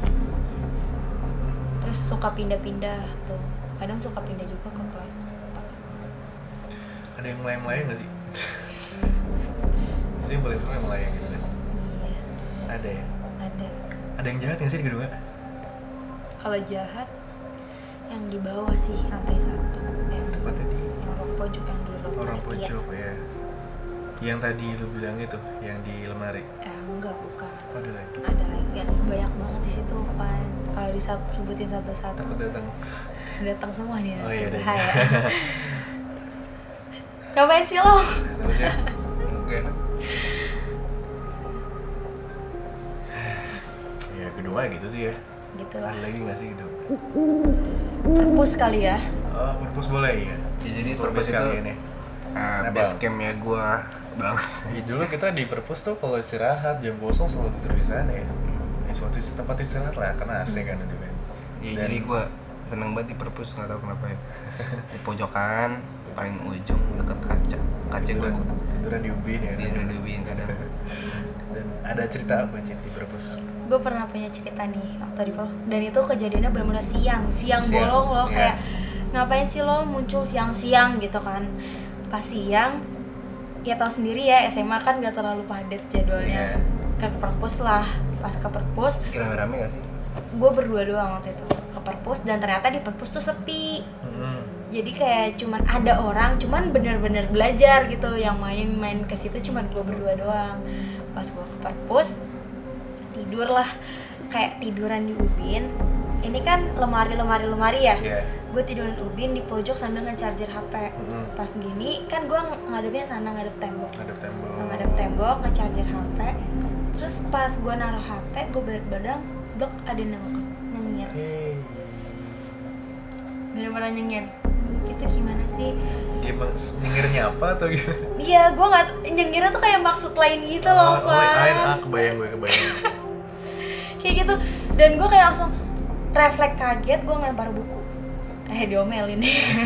[SPEAKER 3] Terus suka pindah-pindah tuh. Kadang suka pindah juga ke kelas.
[SPEAKER 1] Ada yang melayang-layang nggak sih? Biasanya boleh tuh yang melayang gitu kan?
[SPEAKER 3] Iya,
[SPEAKER 1] Ada ya?
[SPEAKER 3] ada.
[SPEAKER 1] Ada yang jahat nggak sih di gedung A?
[SPEAKER 3] Kalau jahat yang di bawah sih, lantai 1. Yang
[SPEAKER 1] Tempatnya di
[SPEAKER 3] orang pojok yang dulu lo
[SPEAKER 1] orang
[SPEAKER 3] pernah lihat.
[SPEAKER 1] pojok ya. Yang tadi lu bilang itu, yang di lemari.
[SPEAKER 3] Enggak, bukan.
[SPEAKER 1] Ada lagi.
[SPEAKER 3] Ada lagi kan, banyak banget di situ Pan. Kalau disebutin satu-satu
[SPEAKER 1] Takut datang.
[SPEAKER 3] datang semua nih.
[SPEAKER 1] Oh iya, ada.
[SPEAKER 3] Bahaya. Ngapain sih lo?
[SPEAKER 1] Kenapa sih? Gak enak. Ya kedua gitu sih ya.
[SPEAKER 3] Gitu lah.
[SPEAKER 1] Ada lagi nggak sih gitu?
[SPEAKER 3] Perpus kali ya.
[SPEAKER 1] Oh, purpose boleh ya.
[SPEAKER 2] Jadi
[SPEAKER 1] Purpose
[SPEAKER 2] purpose itu
[SPEAKER 1] kali ini.
[SPEAKER 2] base campnya gue bang.
[SPEAKER 1] Dulu kita di perpus tuh kalau istirahat jam kosong selalu tidur di sana ya. Suatu tempat istirahat lah karena AC kan itu kan.
[SPEAKER 2] Ya
[SPEAKER 1] Dan-
[SPEAKER 2] jadi gue seneng banget di perpus, nggak tahu kenapa ya. Di pojokan paling ujung dekat kaca gue
[SPEAKER 1] Tidurnya di ubin ya.
[SPEAKER 2] di Rudubin kadang.
[SPEAKER 1] Dan ada cerita apa Cint di perpus?
[SPEAKER 3] Gue pernah punya cerita nih waktu di perpus, dan itu kejadiannya benar-benar siang
[SPEAKER 1] Siang,
[SPEAKER 3] bolong loh,
[SPEAKER 1] iya.
[SPEAKER 3] kayak ngapain sih lo muncul siang-siang gitu kan. Pas siang, ya tau sendiri ya SMA kan gak terlalu padat jadwalnya. Ke perpus lah, pas ke perpus
[SPEAKER 2] Rame-rame gak sih?
[SPEAKER 3] gue berdua doang waktu itu ke perpus, dan ternyata di perpus tuh sepi. Jadi kayak cuman ada orang, cuman bener-bener belajar gitu, yang main-main ke situ cuman gue berdua doang. Pas gue ke perpus, tidur lah, kayak tiduran di ubin. Ini kan lemari ya.
[SPEAKER 1] Iya.
[SPEAKER 3] Gue tiduran ubin di pojok sambil nge-charger HP. Pas gini kan gue ngadepnya sana, ngadep tembok. Ngadep tembok, nge-charger HP. Terus pas gue naruh HP, gue balik badan, blok ada nyengir. Bener-bener nyengir. Itu gimana sih?
[SPEAKER 1] Dia nyengirnya apa atau gimana?
[SPEAKER 3] Iya, gue nggak, nyengirnya tuh kayak maksud lain gitu loh, Pak.
[SPEAKER 1] Kebayang.
[SPEAKER 3] Kayak gitu. Dan gue kayak langsung refleks kaget, gue ngelempar buku. Diomelin.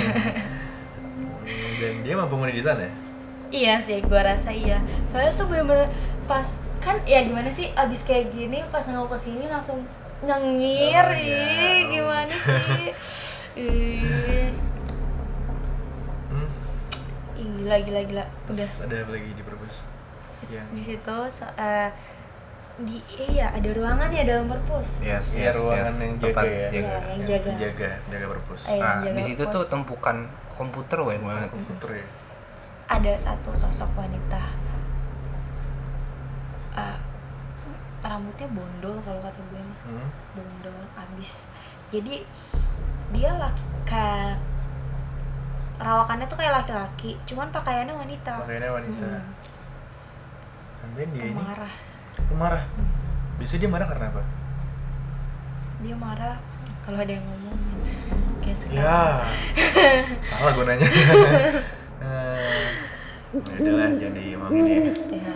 [SPEAKER 1] Dan dia mampu penghuni di sana?
[SPEAKER 3] Iya sih, gue rasa iya. Soalnya tuh bener-bener pas kan ya gimana sih, abis kayak gini pas nengok kesini langsung nyengir.
[SPEAKER 1] Oh, iya.
[SPEAKER 3] Ih, gimana sih? Ih, gila. Udah
[SPEAKER 1] Terus ada apa lagi di perpus? Yang
[SPEAKER 3] di situ ada ruangan ya dalam perpus.
[SPEAKER 1] Iya, ruangan yang jaga
[SPEAKER 2] Tempat
[SPEAKER 1] ya.
[SPEAKER 3] Iya, yang jaga.
[SPEAKER 1] Jaga perpus.
[SPEAKER 3] Yang jaga
[SPEAKER 2] di situ
[SPEAKER 3] perpus.
[SPEAKER 2] tuh tumpukan komputer banget.
[SPEAKER 1] Komputer ya.
[SPEAKER 3] Ada satu sosok wanita, rambutnya bondol kalau kata gue mah. Bondol abis. Jadi dia kayak rawakannya tuh kayak laki-laki, cuman pakaiannya wanita.
[SPEAKER 1] And then dia ini
[SPEAKER 3] Pemarah.
[SPEAKER 1] Biasanya dia marah karena apa?
[SPEAKER 3] Dia marah kalau ada yang ngomong kayak sekarang.
[SPEAKER 1] Ya, salah gue nanya. Udahlah, jangan diomongin ya.
[SPEAKER 3] Ya.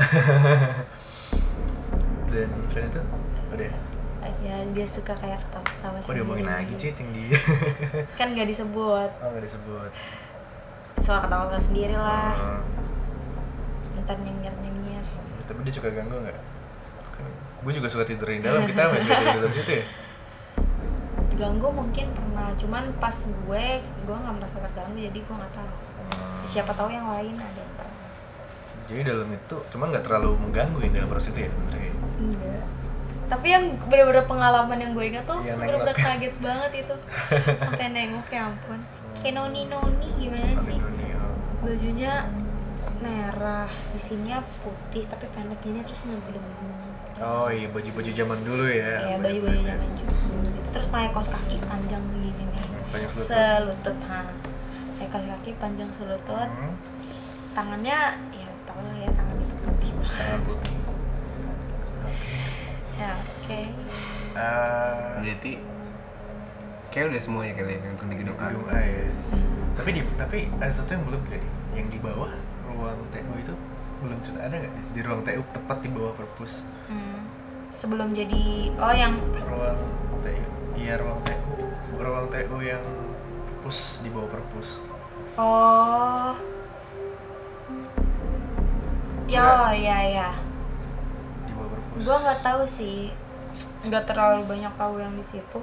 [SPEAKER 1] Dan selain itu, udah.
[SPEAKER 3] Ya dia suka kayak ketawa-ketawa
[SPEAKER 1] Kok diomongin lagi
[SPEAKER 3] gitu.
[SPEAKER 1] Cit yang di?
[SPEAKER 3] Kan gak disebut.
[SPEAKER 1] Oh, nggak disebut.
[SPEAKER 3] Suka ketawa-ketawa sendiri lah.
[SPEAKER 1] Oh.
[SPEAKER 3] Ntar nyengir-nyengir.
[SPEAKER 1] Tapi dia suka ganggu nggak? Kan gue juga suka tidur di dalam, kita nggak suka tidur di dalam situ ya?
[SPEAKER 3] Ganggu mungkin pernah, cuman pas gue nggak merasa terganggu, jadi gue nggak tahu. Siapa tahu yang lain ada yang pernah.
[SPEAKER 1] Jadi dalam itu, cuman nggak terlalu mengganggu ya dalam proses itu ya? Bener ya?
[SPEAKER 3] Enggak. Tapi yang bener-bener pengalaman yang gue ingat tuh
[SPEAKER 1] Yang
[SPEAKER 3] bener-bener
[SPEAKER 1] nengok.
[SPEAKER 3] kaget banget itu. Sampai nengok, ya ampun. Kayak noni gimana sih? Bajunya merah, isinya putih tapi pendek gini terus ngegelembung.
[SPEAKER 1] Oh iya, baju-baju zaman dulu ya?
[SPEAKER 3] Ya baju-baju zaman dulu gitu. Terus pakai kaos kaki panjang begini nih.
[SPEAKER 1] Panjang selutut.
[SPEAKER 3] Selutut, pakai kaos kaki panjang selutut. Tangannya ya tau lah ya, tangan itu putih banget.
[SPEAKER 1] Tangan putih.
[SPEAKER 3] Ya oke.
[SPEAKER 2] Berarti kayak udah semuanya kali ya untuk di gedung A.
[SPEAKER 1] Gedung A ya. Tapi ada satu yang belum kayak yang di bawah ruang TU itu belum cerita, ada nggak di ruang TU tepat di bawah perpus?
[SPEAKER 3] Sebelum jadi yang
[SPEAKER 1] Ruang TU, iya ruang TU yang perpus di bawah perpus.
[SPEAKER 3] Ya.
[SPEAKER 1] Di bawah perpus.
[SPEAKER 3] Gue nggak tahu sih, nggak terlalu banyak tahu yang di situ.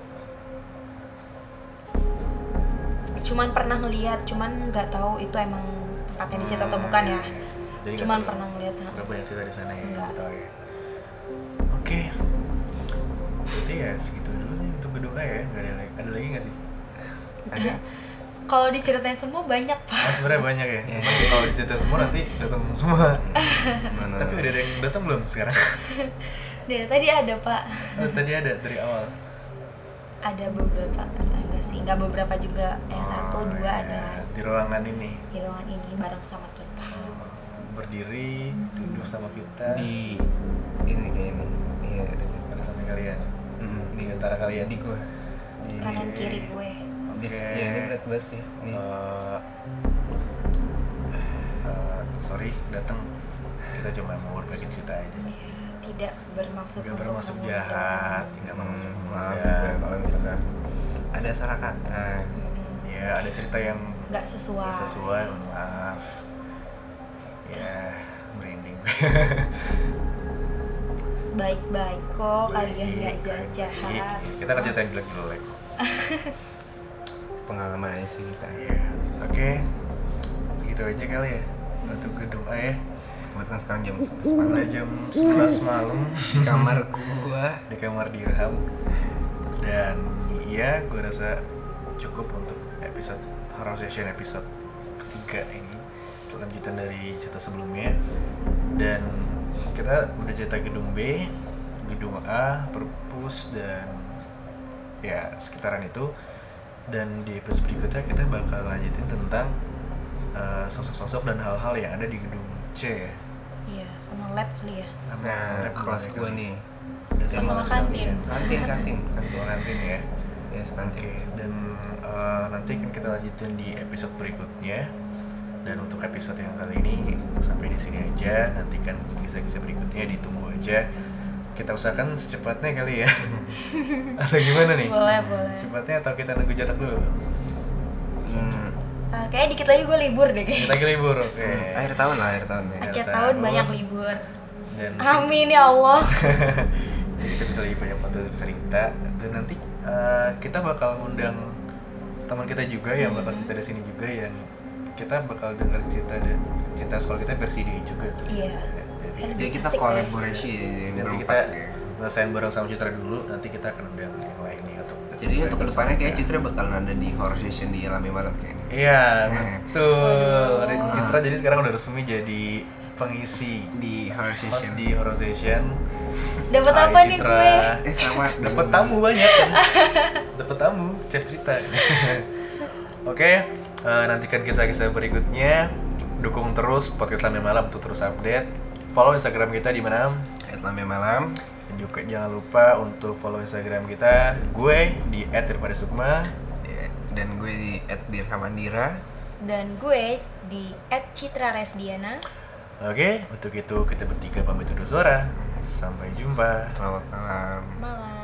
[SPEAKER 3] Cuman pernah ngelihat, cuman nggak tahu itu emang tempatnya di situ atau bukan ya.
[SPEAKER 1] Jadi
[SPEAKER 3] Cuman
[SPEAKER 1] nggak
[SPEAKER 3] pernah ngelihat.
[SPEAKER 1] nggak banyak cerita di sana ya.
[SPEAKER 3] Nggak.
[SPEAKER 1] Tahu ya. Oke. Berarti ya segitu dulu nih untuk gedung A ya. Nggak ada lagi nggak sih?
[SPEAKER 3] Ada. Kalau diceritain semua banyak, Pak.
[SPEAKER 1] Sebenarnya banyak ya. Cuman kalau diceritain semua nanti datang semua.
[SPEAKER 2] Mana?
[SPEAKER 1] Tapi udah ada yang datang belum sekarang?
[SPEAKER 3] Dari tadi ada, Pak.
[SPEAKER 1] Oh, tadi ada dari awal.
[SPEAKER 3] ada beberapa, enggak sih, enggak beberapa juga, yang satu dua
[SPEAKER 1] ya.
[SPEAKER 3] ada
[SPEAKER 1] Di ruangan ini
[SPEAKER 3] di ruangan ini bareng sama kita.
[SPEAKER 1] berdiri duduk sama kita
[SPEAKER 2] Di ini kayak ini. Iya,
[SPEAKER 1] pada samping kalian di antara kalian
[SPEAKER 2] di gua. Di
[SPEAKER 3] Kanan kiri gue.
[SPEAKER 2] Di
[SPEAKER 1] Oke.
[SPEAKER 2] ya, ini berat banget sih. Nih.
[SPEAKER 1] Sorry datang, kita cuma mau berbagi cerita aja.
[SPEAKER 3] Tidak bermaksud
[SPEAKER 1] Nggak
[SPEAKER 3] untuk
[SPEAKER 1] bermaksud
[SPEAKER 3] mengundang.
[SPEAKER 1] jahat, nggak bermaksud
[SPEAKER 2] Maaf
[SPEAKER 1] mengundang.
[SPEAKER 2] ya, kalau misalkan ada salah kata.
[SPEAKER 1] Ya ada cerita yang
[SPEAKER 3] Nggak sesuai.
[SPEAKER 1] nggak sesuai, mohon maaf. Ya merinding.
[SPEAKER 3] Baik-baik kok, kalian nggak jahat.
[SPEAKER 1] Kita akan ceritain jelek dulu, Lek.
[SPEAKER 2] Pengalaman aja sih kita.
[SPEAKER 1] Iya. Oke. Segitu aja kali ya. Untuk gedung A ya.
[SPEAKER 2] Kebetulan sekarang jam 11
[SPEAKER 1] Udah
[SPEAKER 2] malam.
[SPEAKER 1] jam 11 malam
[SPEAKER 2] Di kamar gua.
[SPEAKER 1] di kamar Dirham. Dan iya, gue rasa cukup untuk episode Horror Session episode ketiga ini. Lanjutan dari cerita sebelumnya. Dan kita udah cerita gedung B, gedung A, perpus dan ya sekitaran itu. Dan di episode berikutnya kita bakal lanjutin tentang sosok-sosok dan hal-hal yang ada di gedung C ya.
[SPEAKER 3] Iya, sama lab kali ya.
[SPEAKER 2] Nah,
[SPEAKER 1] Lab
[SPEAKER 2] kelas
[SPEAKER 1] boleh
[SPEAKER 2] gua
[SPEAKER 1] kali.
[SPEAKER 2] nih.
[SPEAKER 1] Dan
[SPEAKER 3] Sama kantin.
[SPEAKER 2] Kantin.
[SPEAKER 1] kantin ya.
[SPEAKER 2] Ya,
[SPEAKER 1] Oke,
[SPEAKER 2] kantin.
[SPEAKER 1] dan nanti kan kita lanjutin di episode berikutnya. Dan untuk episode yang kali ini sampai di sini aja. Nantikan kisah-kisah berikutnya, ditunggu aja. Kita usahakan secepatnya kali ya. Atau gimana nih?
[SPEAKER 3] Boleh.
[SPEAKER 1] Secepatnya atau kita nunggu jarak dulu?
[SPEAKER 3] Kayaknya dikit lagi gue libur deh
[SPEAKER 1] Kita
[SPEAKER 3] kayaknya.
[SPEAKER 1] lagi libur, oke.
[SPEAKER 2] Akhir tahun ya.
[SPEAKER 3] Akhir
[SPEAKER 1] tahun.
[SPEAKER 3] tahun banyak libur.
[SPEAKER 1] Dan
[SPEAKER 3] Amin ya Allah.
[SPEAKER 1] jadi kita bisa lebih banyak bantu cerita. Dan nanti kita bakal ngundang teman kita juga yang bakal cerita di sini juga, yang kita bakal dengar cerita sekolah kita versi dia juga.
[SPEAKER 3] Iya.
[SPEAKER 1] Jadi
[SPEAKER 2] Jadi kita
[SPEAKER 3] Asik,
[SPEAKER 2] kolaborasi
[SPEAKER 1] nanti
[SPEAKER 2] berempat
[SPEAKER 1] kita
[SPEAKER 2] ya.
[SPEAKER 1] ngerasain bareng sama Citra dulu, nanti kita akan undang yang lainnya untuk.
[SPEAKER 2] Jadi untuk kedepannya kayak Citra bakal ada di horror session di Lambe Malam kayaknya.
[SPEAKER 1] Iya, betul.
[SPEAKER 3] Waduh.
[SPEAKER 1] Ada Citra jadi sekarang udah resmi jadi pengisi
[SPEAKER 2] Di horror
[SPEAKER 1] host
[SPEAKER 2] session.
[SPEAKER 1] di Horror Session.
[SPEAKER 3] Dapat
[SPEAKER 1] Hai,
[SPEAKER 3] apa nih
[SPEAKER 1] Citra.
[SPEAKER 3] gue?
[SPEAKER 2] Sama
[SPEAKER 1] Dapat tamu banyak kan? Dapat tamu, setiap cerita. Oke, nantikan kisah-kisah berikutnya. Dukung terus podcast Lambe Malam untuk terus update. Follow Instagram kita di mana?
[SPEAKER 2] Lambe Malam.
[SPEAKER 1] Dan juga jangan lupa untuk follow Instagram kita. Gue di @irfadesukma.
[SPEAKER 2] Ya, dan gue di @dirhamandira.
[SPEAKER 3] Dan gue di @citraresdiana.
[SPEAKER 1] Oke, untuk itu kita bertiga pamit undur suara. Sampai jumpa.
[SPEAKER 2] Selamat malam.
[SPEAKER 3] Malam.